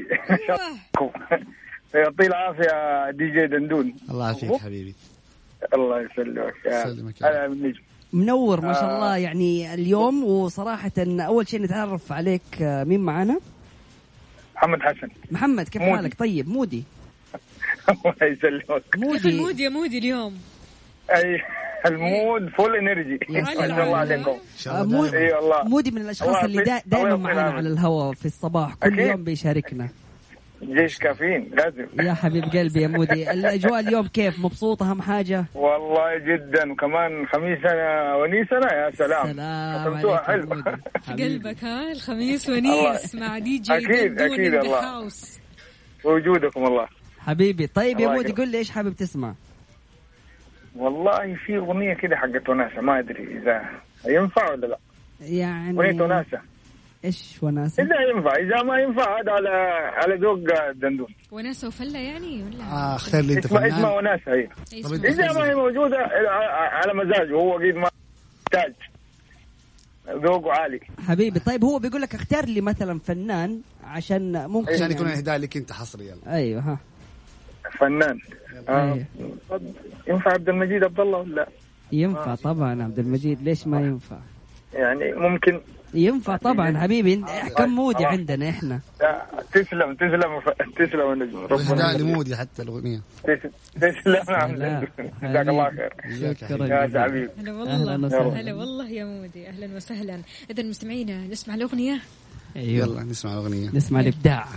J: يعطي العافية دي جي دندون.
F: الله يعافيك حبيبي.
J: الله يسلمك. أنا من نجم.
E: منور ما شاء الله يعني اليوم. وصراحة أول شيء نتعرف عليك، مين معنا؟
J: محمد حسن.
E: محمد كيف حالك؟ طيب مودي.
J: الله يسلمك.
D: مودي يا مودي اليوم.
J: أي المود فول انرجي. ما شاء الله عليكم.
E: مودي من الأشخاص اللي دائما معنا على الهواء في الصباح كل يوم بيشاركنا.
J: جيش كافيين لازم.
E: يا حبيب قلبي يا مودي، الأجواء اليوم كيف؟ مبسوطة أهم حاجة؟
J: والله جدا، وكمان خميس أنا ونيسنا يا سلام.
E: سلام
J: حلو.
D: قلبك ها الخميس ونيس مع دي جي
J: أكيد الله وجودكم الله
E: حبيبي. طيب يا مودي قل لي إيش حابب تسمع؟
J: والله في أغنية كده حقت وناسة، ما أدري إذا ينفع ولا لا.
E: يعني
J: أغنية وناسة.
E: إيش وناسة؟
J: إذا ينفع، إذا ما ينفع هذا على ذوق دندون.
D: وناسة وفلة يعني ولا؟
F: اختار لي أنت فنان.
J: اسمها وناسة هي. إذا ما هي موجودة على مزاجه هو قيد ما تاج ذوقه عالي.
E: حبيبي طيب هو بيقول لك اختار لي مثلا فنان عشان ممكن
F: عشان يكون إهداء لك أنت حصريا.
E: أيوه ها.
J: فنان. ينفع عبد المجيد عبد الله ولا؟
E: ينفع طبعا عبد المجيد، ليش ما ينفع؟
J: يعني ممكن
E: ينفع طبعا حبيبي، كم مودي عندنا احنا.
J: تسلم يا نجم،
F: ربنا مودي حتى الأغنية.
J: تسلم جزاك الله خير. يا حبيبي
D: هلا والله يا مودي، أهلا وسهلا. إذا مستمعينا نسمع الأغنية.
F: يلا نسمع الأغنية،
E: نسمع الإبداع.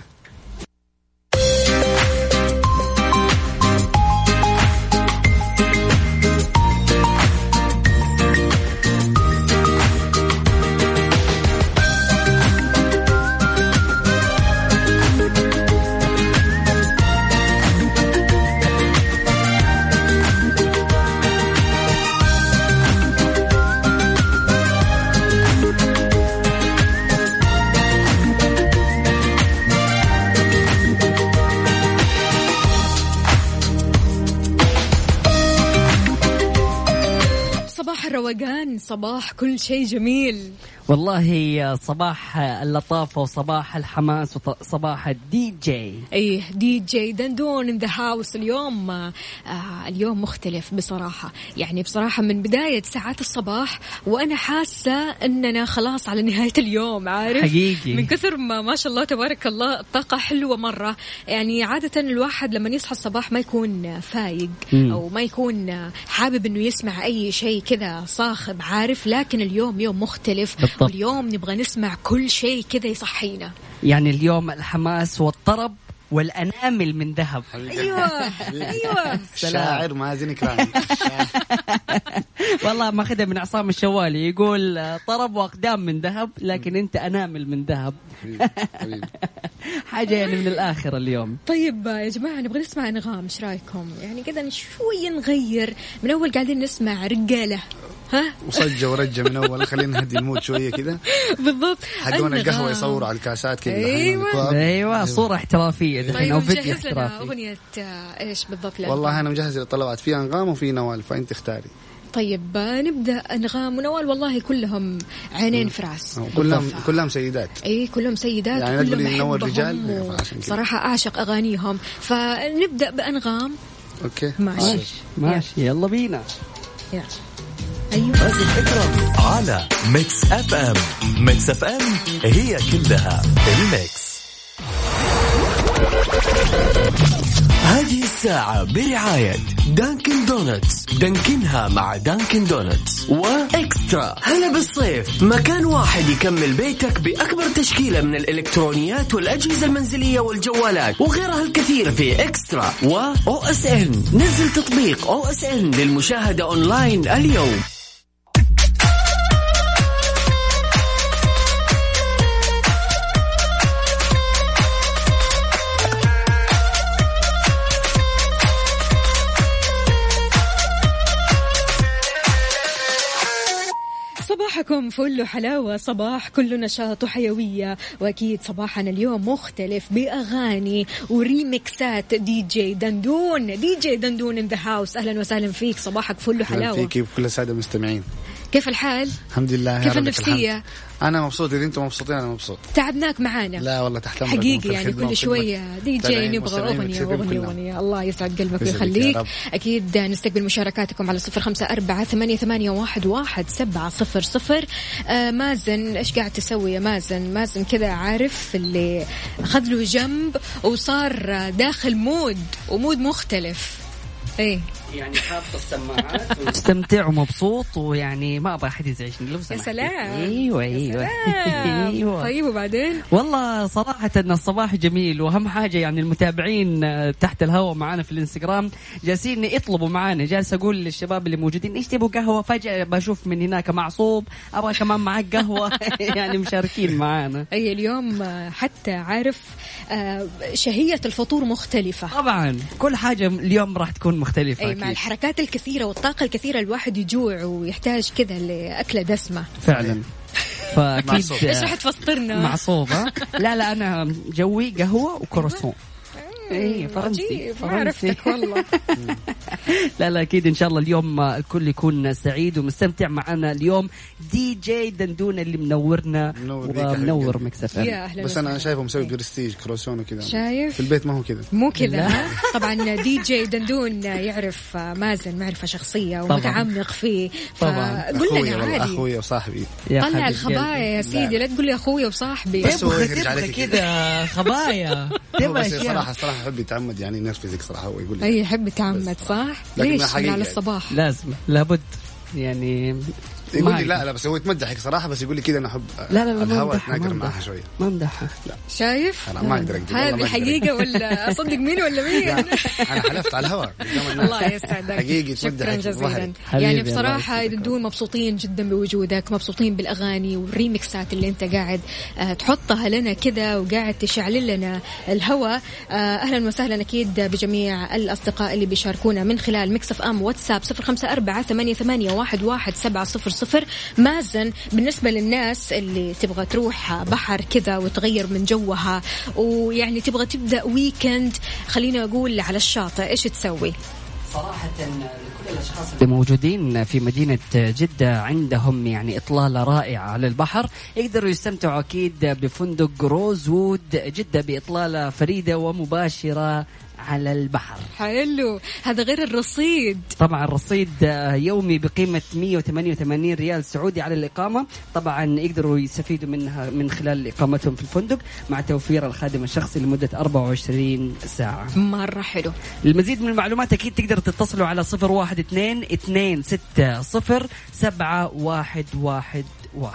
D: الروقان، صباح كل شيء جميل
E: والله، صباح اللطافة وصباح الحماس وصباح الدي جي.
D: ايه دي جي دندون ان ذا هاوس. اليوم اليوم مختلف بصراحة، يعني بصراحة من بداية ساعات الصباح وأنا حاسة أننا خلاص على نهاية اليوم، عارف
E: حقيقي
D: من كثر ما شاء الله تبارك الله الطاقة حلوة مرة. يعني عادة الواحد لما يصحى الصباح ما يكون فايق أو ما يكون حابب أنه يسمع أي شيء كذا صاخب، عارف، لكن اليوم يوم مختلف بالضبط. واليوم نبغى نسمع كل شيء كذا يصحينا.
E: يعني اليوم الحماس والطرب والأنامل من ذهب.
D: أيوة
F: شاعر مازن كرامي
E: والله ما خدها من عصام الشوالي، يقول طرب وأقدام من ذهب لكن أنت أنامل من ذهب. حاجة يعني من الآخر اليوم.
D: طيب يا جماعة نبغى نسمع أنغام، إيش رأيكم؟ يعني كذا شوية نغير، من أول قاعدين نسمع رجالة ها
F: وصجة ورجة من أول، خلينا نهدي المود شوية كده.
D: بالضبط،
F: حقون القهوة يصوروا على الكاسات كده.
E: أيوة صورة احترافية.
D: طيب مجهز لنا أغنية إيش بالضبط؟
F: والله أنا مجهز الطلبات، في أنغام وفي نوال، فأنت اختاري.
D: طيب نبدأ أنغام ونوال، والله كلهم عينين فراس،
F: كلهم سيدات.
D: اي كلهم سيدات،
F: يعني
D: كلهم
F: نوال رجال
D: صراحة أعشق أغانيهم، فنبدأ بأنغام.
F: أوكي
E: ماشي يلا بينا.
D: يلا
C: أيوة. مازن إكرامي على ميكس اف ام. ميكس اف ام هي كلها الميكس. هذه الساعة برعاية دانكن دونتس، دانكنها مع دانكن دونتس، وإكسترا. هلا بالصيف، مكان واحد يكمل بيتك بأكبر تشكيلة من الإلكترونيات والأجهزة المنزلية والجوالات وغيرها الكثير في إكسترا و OSN. نزل تطبيق OSN للمشاهدة أونلاين اليوم.
D: صباحكم فل وحلاوة، صباح كله نشاط وحيوية، وأكيد صباحنا اليوم مختلف بأغاني وريمكسات. دي جي دندون in the house. أهلا وسهلا فيك، صباحك فل وحلاوة.
F: فيك بكل السادة المستمعين.
D: كيف الحال؟
F: الحمد لله.
D: كيف النفسية؟
F: أنا مبسوط، إذا أنتم مبسوطين أنا مبسوط.
D: تعبناك معانا؟
F: لا والله تحت أمرك
D: حقيقي، يعني كل شوية دي جي نبغى أغنية. الله يسعد قلبك ويخليك. أكيد نستقبل مشاركاتكم على 0548811700. مازن إيش قاعد تسوي يا مازن كذا، عارف اللي أخذ له جنب وصار داخل مود مختلف. ايه
E: يعني حاطط السماعات ومستمتع ومبسوط، ويعني ما ابغى احد يزعجني لو سمحت.
D: يا سلام.
E: ايوه.
D: طيب وبعدين؟
E: والله صراحه ان الصباح جميل، واهم حاجه يعني المتابعين تحت الهواء معانا في الانستغرام جالسين يطلبوا معانا. جالس اقول للشباب اللي موجودين ايش تبغوا قهوه، فجاه بشوف من هناك معصوب ابغى كمان معك قهوه. يعني مشاركين معانا.
D: اي اليوم حتى عارف شهيه الفطور مختلفه
E: طبعا، كل حاجه اليوم راح تكون مختلفة.
D: أي مع الحركات الكثيرة والطاقة الكثيرة الواحد يجوع ويحتاج كذا لأكلة دسمة
E: فعلا. فأكيد
D: إيش راح تفطرنا؟
E: معصوبة. لا أنا جوي قهوة وكروسون. اي فرنسي
D: ما عرفتك والله.
E: لا اكيد ان شاء الله اليوم الكل يكون سعيد ومستمتع معنا اليوم. دي جي دندون اللي منورنا ومنور مكس FM.
F: بس انا شايفه مسوي برستيج كروسون وكذا،
D: شايف
F: في البيت ما هو كذا،
D: مو كذا. طبعا دي جي دندون يعرف مازن معرفة شخصية ومتعمق فيه، فقول لنا عادي
F: اخويا وصاحبي.
D: طلع الخبايا يا سيدي، لا تقول لي اخويا وصاحبي.
F: بس هو
E: كذا خبايا.
F: بس صراحة يحب يتعمد يعني نرفزك صراحة، هو يقول لي
D: اي يحب يتعمد صح. ليش على الصباح
E: لازم لابد يعني
F: يقول لي لا بس هو يتمدحك صراحه، بس يقول لي كذا انا احب الهواء اتناقر معها شويه.
E: ما امدحها.
D: شايف
F: انا ما اقدر اكذب.
D: هذه حقيقه ولا اصدق مين ولا مين؟
F: انا حلفت على الهواء قدام الناس.
D: الله يسعدك
F: حقيقي
D: شكرا جزيلا. يعني بصراحه دندون مبسوطين جدا بوجودك، مبسوطين بالاغاني والريمكسات اللي انت قاعد تحطها لنا كذا وقاعد تشعل لنا الهواء. اهلا وسهلا اكيد بجميع الاصدقاء اللي بيشاركونا من خلال ميكس اف ام واتساب 0548811700. مازن بالنسبة للناس اللي تبغى تروح بحر كذا وتغير من جوها ويعني تبغى تبدأ ويكند خلينا أقول على الشاطئ، إيش تسوي؟
E: صراحة لكل الأشخاص اللي موجودين في مدينة جدة عندهم يعني إطلالة رائعة على البحر، يقدروا يستمتعوا أكيد بفندق روزوود جدة بإطلالة فريدة ومباشرة على البحر.
D: حلو، هذا غير الرصيد.
E: طبعا الرصيد يومي بقيمة 188 ريال سعودي على الإقامة. طبعا يقدروا يستفيدوا منها من خلال إقامتهم في الفندق مع توفير الخادم الشخصي لمدة 24 ساعة.
D: مرة حلو.
E: للمزيد من المعلومات أكيد تقدروا تتصلوا على 012-260-7111.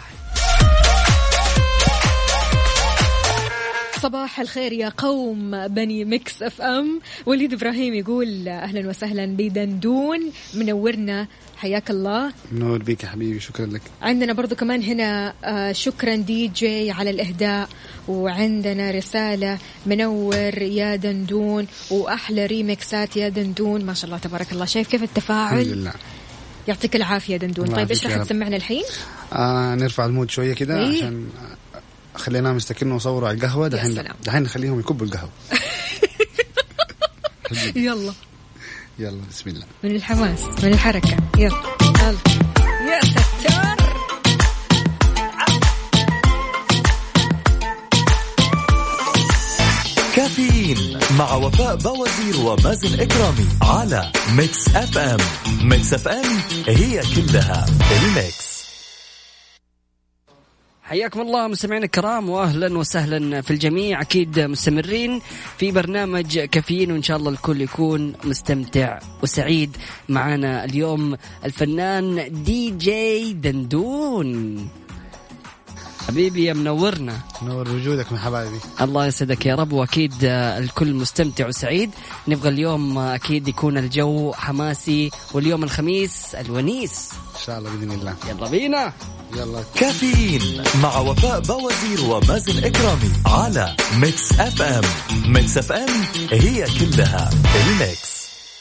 D: صباح الخير يا قوم بني ميكس اف ام. وليد إبراهيم يقول أهلا وسهلا بدندون، منورنا، حياك الله.
F: منور بيك يا حبيبي، شكرا لك.
D: عندنا برضو كمان هنا شكرا دي جي على الإهداء، وعندنا رسالة منور يا دندون وأحلى ريمكسات يا دندون، ما شاء الله تبارك الله. شايف كيف التفاعل؟
F: الحمد لله.
D: يعطيك العافية دندون. طيب إيش راح تسمعنا الحين؟
F: نرفع المود شوية كده عشان خلينا مستكنوا وصوروا على القهوة. دحين نخليهم يكبوا القهوة. يلا بسم الله.
D: من الحماس من الحركة. يلا يا ستار.
K: كافيين مع وفاء بوازير ومازن إكرامي على ميكس اف ام. ميكس اف ام هي كلها الميكس.
E: حياكم الله مستمعينا الكرام واهلا وسهلا في الجميع. اكيد مستمرين في برنامج كافيين وان شاء الله الكل يكون مستمتع وسعيد. معنا اليوم الفنان دي جي دندون. حبيبي يا منورنا.
F: منور وجودك من حبايبي.
E: الله يسعدك يا رب، واكيد الكل مستمتع وسعيد. نبغى اليوم اكيد يكون الجو حماسي، واليوم الخميس الونيس
F: ان شاء الله باذن الله.
E: يلا بينا.
F: يلا
K: كافيين مع وفاء بوازير ومازن إكرامي على ميكس اف ام. ميكس اف ام هي كلها الميكس.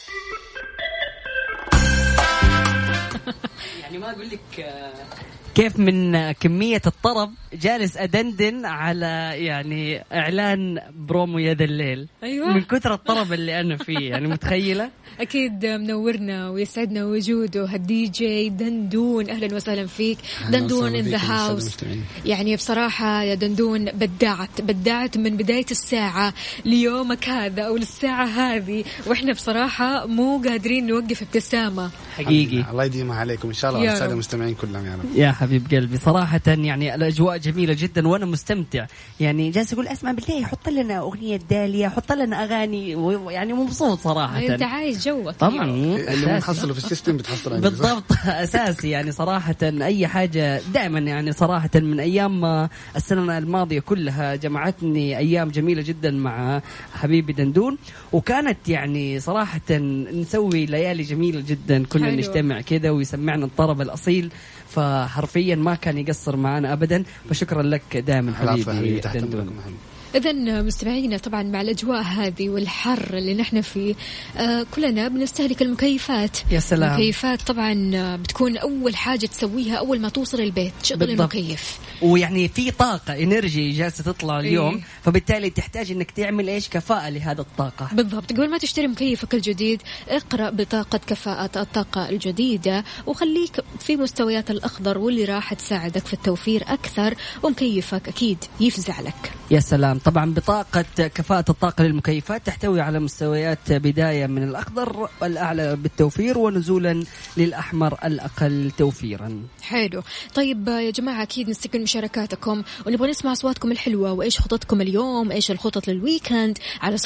E: يعني ما اقول لك كيف من كمية الطرب جالس أدندن على يعني إعلان برومو يد الليل.
D: أيوة.
E: من كثر الطرب اللي أنا فيه يعني متخيلة.
D: أكيد منورنا ويسعدنا وجوده هالدي جي دندون. أهلا وسهلا فيك دندون in the house. يعني بصراحة يا دندون بدعت من بداية الساعة ليومك هذا أو للساعة هذه، وإحنا بصراحة مو قادرين نوقف ابتسامة
E: حقيقي.
F: الله يديمها عليكم إن شاء الله والسادة المستمعين كلهم يا رب.
E: يا حبيب قلبي صراحة يعني الأجواء جميلة جدا وأنا مستمتع. يعني جالس أقول أسمع بالله حط لنا أغنية دالية، حط لنا أغاني، يعني مبسوط صراحة.
D: أنت عايز جوك
E: طبعا
F: اللي بنحصله في السيستم بتحصله
E: بالضبط. أساسي يعني صراحة أي حاجة دائما يعني صراحة من أيام السنة الماضية كلها جمعتني أيام جميلة جدا مع حبيبي دندون، وكانت يعني صراحة نسوي ليالي جميلة جدا، كنا نجتمع كذا ويسمعنا الطرب الأصيل، فحرفيا ما كان يقصر معنا أبدا. فشكرا لك دائما حبيبي دندون.
D: إذن مستمعينا طبعا مع الأجواء هذه والحر اللي نحن فيه كلنا بنستهلك المكيفات.
E: يا سلام.
D: المكيفات طبعا بتكون أول حاجة تسويها أول ما توصل البيت تشغل المكيف،
E: ويعني في طاقة إنرجي جالسة تطلع اليوم فبالتالي تحتاج إنك تعمل إيش كفاءة لهذا الطاقة.
D: بالضبط. قبل ما تشتري مكيفك الجديد اقرأ بطاقة كفاءة الطاقة الجديدة وخليك في مستويات الأخضر واللي راح تساعدك في التوفير أكثر، ومكيفك أكيد يفزع لك.
E: يا سلام. طبعا بطاقة كفاءة الطاقة للمكيفات تحتوي على مستويات بداية من الأخضر الأعلى بالتوفير ونزولا للأحمر الأقل توفيرا.
D: حلو. طيب يا جماعة أكيد نستقبل مشاركاتكم ونبغى نسمع أصواتكم الحلوة، وإيش خططكم اليوم، إيش الخطط للويكند على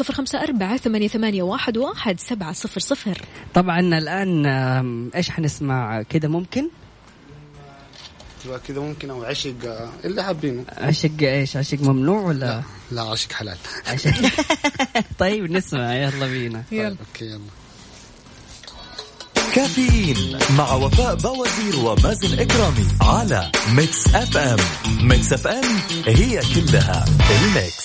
D: 0548811700. طبعا
E: الآن إيش حنسمع كده ممكن
F: كده ممكن أو عشق اللي حابينه.
E: عشق إيش؟ عشق ممنوع ولا
F: لا عشق حلال.
E: عشق. طيب نسمع، يلا بينا.
D: يلا.
F: أوكي يلا.
K: كافيين مع وفاء بوازير ومازن إكرامي على ميكس اف ام. ميكس اف ام هي كلها الميكس.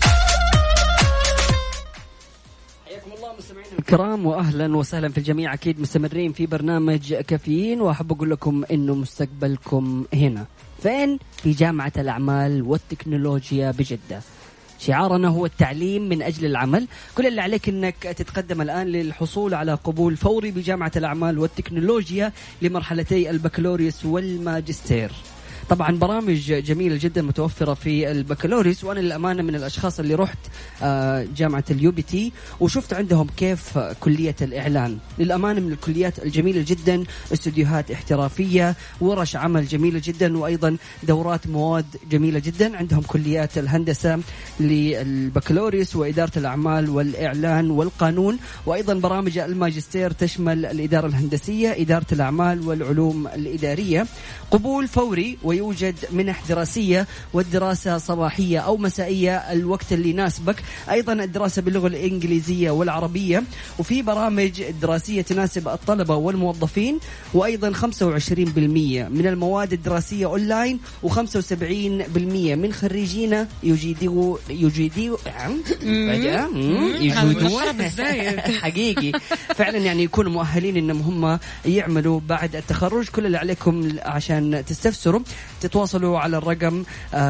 E: الكرام واهلا وسهلا في الجميع. اكيد مستمرين في برنامج كافيين، واحب اقول لكم انه مستقبلكم هنا فين؟ في جامعة الأعمال والتكنولوجيا بجدة. شعارنا هو التعليم من أجل العمل. كل اللي عليك أنك تتقدم الآن للحصول على قبول فوري بجامعة الأعمال والتكنولوجيا لمرحلتي البكالوريوس والماجستير. طبعا برامج جميلة جدا متوفرة في البكالوريوس، وأنا للأمانة من الأشخاص اللي رحت جامعة UBT وشفت عندهم كيف كلية الإعلان. للأمانة من الكليات الجميلة جدا، استوديوهات احترافية، ورش عمل جميلة جدا، وأيضا دورات مواد جميلة جدا. عندهم كليات الهندسة للبكالوريوس وإدارة الأعمال والإعلان والقانون، وأيضا برامج الماجستير تشمل الإدارة الهندسية، إدارة الأعمال والعلوم الإدارية. قبول فوري، ويوجد منح دراسية، والدراسة صباحية أو مسائية الوقت اللي يناسبك. أيضا الدراسة باللغة الإنجليزية والعربية، وفي برامج دراسية تناسب الطلبة والموظفين. وأيضا 25% من المواد الدراسية أونلاين، و75% من خريجينا يجيدوا حقيقي فعلا، يعني يكونوا مؤهلين إنهم هم يعملوا بعد التخرج. كل اللي عليكم عشان تستفسروا تتواصلوا على الرقم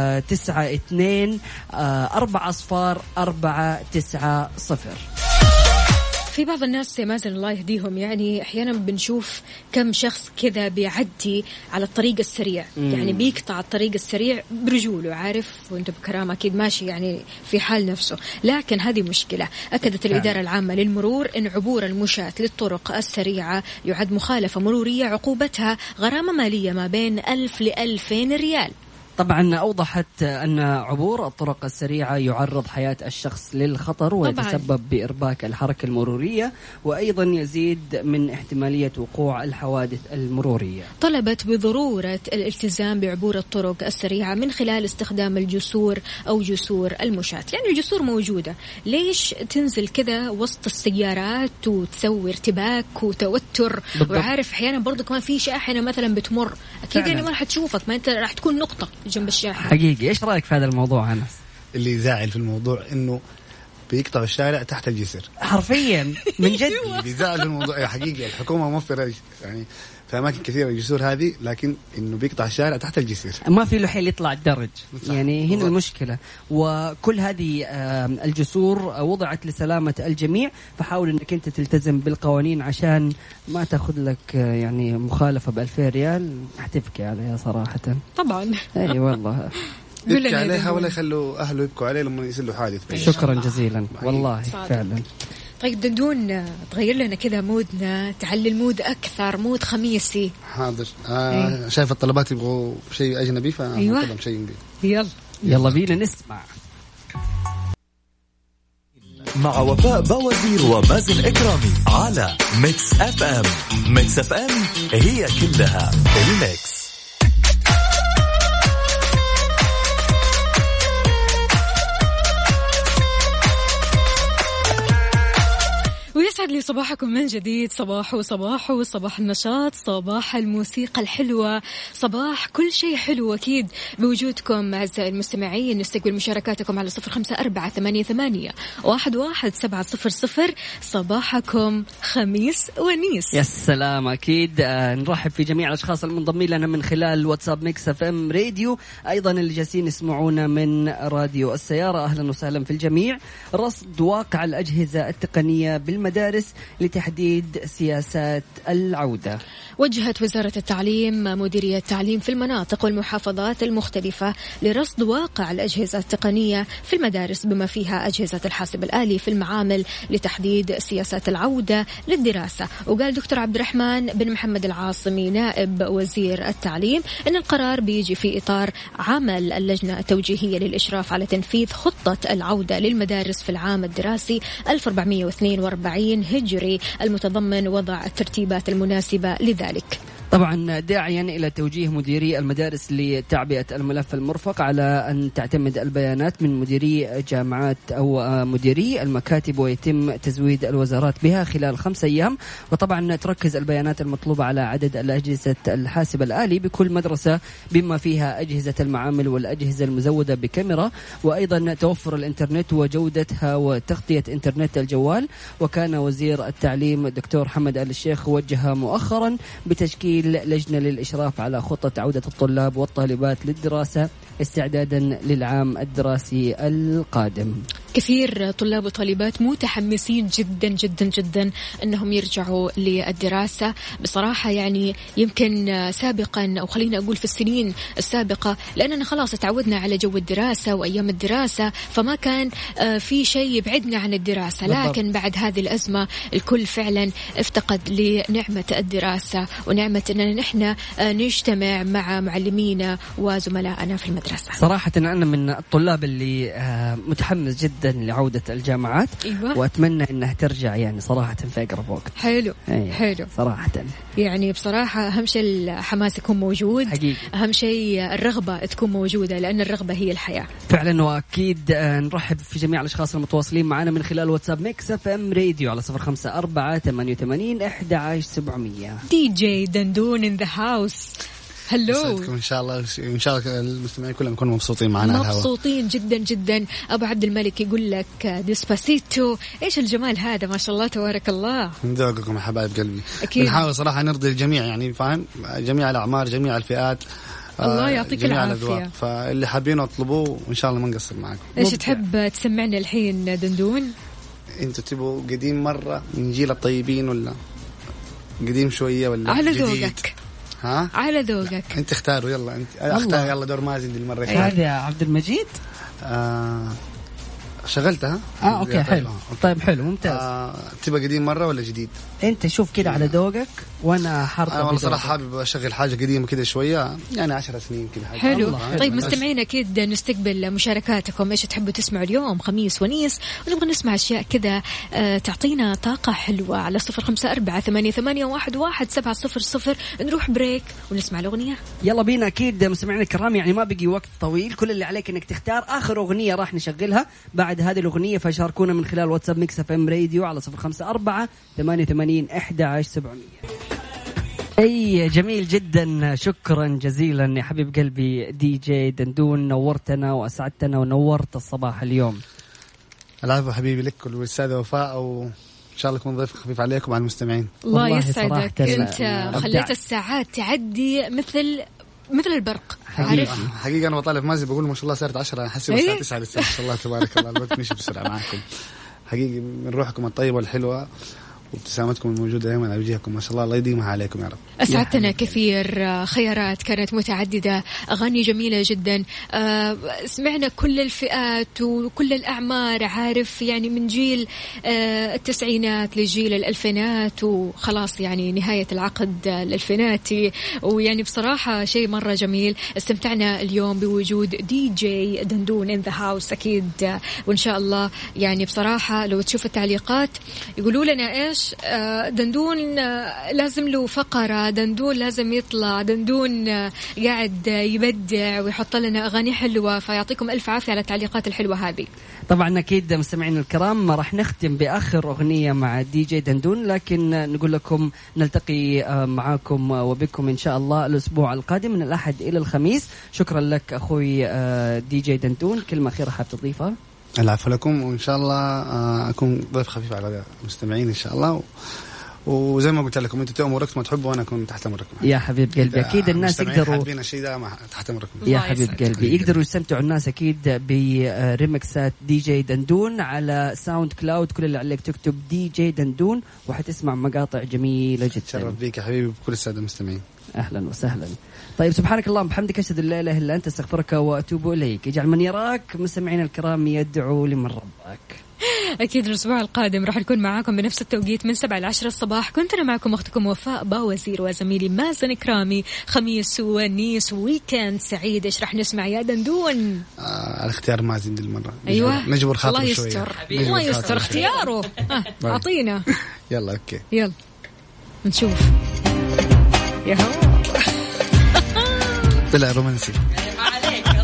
E: 92-404-490.
D: في بعض الناس مازن الله يهديهم، يعني أحيانا بنشوف كم شخص كذا بيعدي على الطريق السريع، يعني بيقطع الطريق السريع برجوله، عارف، وانت بكرامة أكيد ماشي يعني في حال نفسه. لكن هذه مشكلة. أكدت الإدارة العامة للمرور أن عبور المشاة للطرق السريعة يعد مخالفة مرورية عقوبتها غرامة مالية ما بين 1000 ل 2000 ريال.
E: طبعا أوضحت أن عبور الطرق السريعة يعرض حياة الشخص للخطر ويتسبب بإرباك الحركة المرورية، وأيضا يزيد من احتمالية وقوع الحوادث المرورية.
D: طلبت بضرورة الالتزام بعبور الطرق السريعة من خلال استخدام الجسور أو جسور المشاة. يعني الجسور موجودة، ليش تنزل كذا وسط السيارات وتسوي ارتباك وتوتر؟ بالضبط. وعارف أحيانا برضو كمان في شاحنة مثلا بتمر، أكيد يعني ما راح تشوفك، ما أنت راح تكون نقطة جنب الشاحنة.
E: حقيقي إيش رأيك في هذا الموضوع أنس؟
F: اللي يزعل في الموضوع إنه بيقطع الشارع تحت الجسر
E: حرفيا من جد.
F: اللي بيزعل في الموضوع حقيقي الحكومة موفرة يعني في أماكن كثيرة الجسور هذه، لكن إنه بيقطع الشارع تحت الجسر،
E: ما في له حيل يطلع الدرج. يعني هنا المشكلة. وكل هذه الجسور وضعت لسلامة الجميع، فحاول إنك أنت تلتزم بالقوانين عشان ما تأخذ لك يعني مخالفة ب2000 ريال. احتفك عليها صراحة.
D: طبعا.
E: أي والله.
F: يبكي عليها ولا يخلوا أهله يبكوا عليه لما يصير حادث.
E: شكرا جزيلا والله فعلا.
D: طيب دندون، تغير لنا كذا مودنا، تعلي المود أكثر، مود خميسي.
F: حاضر. شايف الطلبات يبغوا شيء أجنبي فنقدم شيء
D: يلا
E: يلا بينا نسمع.
K: مع وفاء بوازير ومازن إكرامي على ميكس اف ام. ميكس اف ام هي كلها الميكس.
D: يسعد لي صباحكم من جديد. صباح النشاط، صباح الموسيقى الحلوة، صباح كل شيء حلو أكيد بوجودكم أعزائي المستمعين. نستقبل مشاركاتكم على 0548811700. صباحكم خميس ونيس.
E: يا سلام. أكيد نرحب في جميع الأشخاص المنضمين لنا من خلال واتساب ميكس اف ام راديو، أيضا اللي جالسين يسمعونا من راديو السيارة. أهلا وسهلا في الجميع. رصد واقع الأجهزة التقنية بالمدارس لتحديد سياسات العودة.
D: وجهت وزارة التعليم مديرية التعليم في المناطق والمحافظات المختلفة لرصد واقع الأجهزة التقنية في المدارس بما فيها أجهزة الحاسب الآلي في المعامل لتحديد سياسات العودة للدراسة. وقال دكتور عبد الرحمن بن محمد العاصمي نائب وزير التعليم أن القرار بيجي في إطار عمل اللجنة التوجيهية للإشراف على تنفيذ خطة العودة للمدارس في العام الدراسي 1442 هجري المتضمن وضع الترتيبات المناسبة لذلك.
E: طبعا داعيا إلى توجيه مديري المدارس لتعبئة الملف المرفق على أن تعتمد البيانات من مديري جامعات أو مديري المكاتب ويتم تزويد الوزارات بها خلال 5 أيام. وطبعا تركز البيانات المطلوبة على عدد الأجهزة الحاسب الآلي بكل مدرسة بما فيها أجهزة المعامل والأجهزة المزودة بكاميرا، وأيضا توفر الإنترنت وجودتها وتغطية إنترنت الجوال. وكان وزير التعليم دكتور حمد آل الشيخ وجه مؤخرا بتشكيل لجنة للإشراف على خطة عودة الطلاب والطالبات للدراسة استعدادا للعام الدراسي القادم.
D: كثير طلاب وطالبات متحمسين جدا جدا جدا أنهم يرجعوا للدراسة. بصراحة يعني يمكن سابقا أو خلينا أقول في السنين السابقة لأننا خلاص تعودنا على جو الدراسة وأيام الدراسة، فما كان في شيء يبعدنا عن الدراسة. لكن بعد هذه الأزمة الكل فعلا افتقد لنعمة الدراسة ونعمة أننا نحن نجتمع مع معلمينا وزملائنا في المدرسة.
E: صراحة أنا من الطلاب اللي متحمس جدا لعودة الجامعات.
D: أيوة.
E: وأتمنى أنها ترجع يعني صراحة في أقرب وقت.
D: حلو.
E: صراحة
D: يعني بصراحة أهم شيء الحماس يكون موجود حقيقي. أهم شيء الرغبة تكون موجودة لأن الرغبة هي الحياة
E: فعلا. وأكيد نرحب في جميع الأشخاص المتواصلين معنا من خلال واتساب ميكس اف ام راديو على 0548811700.
D: دي جي دندون in the house. هلو.
F: إن شاء الله المستمعين كلهم يكونوا مبسوطين معنا على الهواء.
D: مبسوطين جدا جدا. أبو عبد الملك يقول لك ديسباسيتو. إيش الجمال هذا ما شاء الله تبارك الله.
F: من ذوقكم يا حبايب قلبي.
D: أكيد.
F: بنحاول صراحة نرضي الجميع يعني فاهم، جميع الأعمار جميع الفئات.
D: الله يعطيك العافية.
F: فاللي حابين اطلبوه وإن شاء الله ما نقصر معكم.
D: إيش تحب تسمعنا الحين دندون؟
F: أنتوا تبوا قديم مرة من جيل الطيبين ولا قديم شوية ولا
D: على
F: جديد؟
D: ذوقك.
E: ها
D: على ذوقك.
F: انت اختاروا. يلا انت اختار. يلا دور مازن دي المره.
E: هذا يا عبد المجيد.
F: شغلتها.
E: اوكي حلو. طيب حلو ممتاز.
F: تبقى قديم مره ولا جديد؟
E: انت شوف كده على ذوقك وانا حرطه.
F: والله صراحه حابب اشغل حاجه قديمه كده شوية يعني 10 سنين كده.
D: حلو. طيب مستمعين اكيد نستقبل مشاركاتكم. ايش تحبوا تسمعوا اليوم؟ خميس ونيس ونبغى نسمع اشياء كذا تعطينا طاقه حلوه على 0548811700. نروح بريك ونسمع الاغنيه.
E: يلا بينا. اكيد مستمعينا الكرام يعني ما بقي وقت طويل. كل اللي عليك انك تختار اخر اغنيه راح نشغلها بعد هذه الاغنيه، فشاركونا من خلال واتساب ميكس اف ام راديو على 0548811700. اي جميل جدا. شكرا جزيلا يا حبيب قلبي دي جي دندون. نورتنا واسعدتنا ونورت الصباح اليوم.
F: العفو حبيبي لك والساده وفاء، وان شاء الله يكون ضيف خفيف عليكم وعلى المستمعين.
D: الله يسعدك. انت خليت الساعات تعدي مثل البرق.
F: حقيقة أنا بطالب مازي بقول ما شاء الله صارت 10 أحسب الساعة 9 لسه ما شاء الله تبارك الله. الوقت مشي بسرعة معكم حقيقي. من روحكم الطيبة والحلوة وابتسامتكم الموجودة دائما على وجهكم ما شاء الله. الله يديمها عليكم يا رب.
D: أسعدتنا كثير. خيارات كانت متعددة، أغاني جميلة جدا. سمعنا كل الفئات وكل الأعمار، عارف يعني من جيل التسعينات لجيل الألفينات وخلاص يعني نهاية العقد الألفيناتي. ويعني بصراحة شيء مرة جميل. استمتعنا اليوم بوجود دي جي دندون in the house أكيد. وإن شاء الله يعني بصراحة لو تشوف التعليقات يقولوا لنا إيش إيش دندون لازم له فقرة، دندون لازم يطلع، دندون قاعد يبدع ويحط لنا أغاني حلوة. فيعطيكم ألف عافية على التعليقات الحلوة هذه.
E: طبعا أكيد مستمعين الكرام ما راح نختم بآخر أغنية مع دي جي دندون، لكن نقول لكم نلتقي معاكم وبكم إن شاء الله الأسبوع القادم من الأحد إلى الخميس. شكرا لك أخوي دي جي دندون، كلمة أخيرة حاب تضيفها؟
F: العفو لكم، وإن شاء الله أكون ضيف خفيف على المستمعين إن شاء الله. وزي ما قلت لكم انتوا تأمروا وقت ما تحبوا وانا اكون تحت امركم
E: يا حبيب قلبي. اكيد الناس يقدروا
F: حابين الشيء ده تحت امركم
E: يا حبيب قلبي، يقدروا يستمتعوا الناس اكيد بريمكسات دي جي دندون على ساوند كلاود. كل اللي عليك تكتب دي جي دندون وحتسمع مقاطع جميلة جدا.
F: شرف بيك يا حبيبي بكل السادة المستمعين.
E: اهلا وسهلا. طيب سبحانك اللهم وبحمدك اشهد ان لا اله الا انت استغفرك واتوب اليك. اجعل من يراك مستمعين الكرام يدعو لمن ربك.
D: أكيد الأسبوع القادم راح نكون معاكم بنفس التوقيت من 7 ل 10 الصباح. كنت أنا معكم أختكم وفاء باوزير وزميلي مازن إكرامي. خميس ونيس ويكند سعيد. إيش راح نسمع يا دندون؟
F: على اختيار مازن دي المرة.
D: أيوة
F: نجبر خاطره
D: الله
F: شوية.
D: يستر الله يستر اختياره. أعطينا
F: يلا أوكي
D: يلا نشوف. يا هو
F: طلع رومانسي.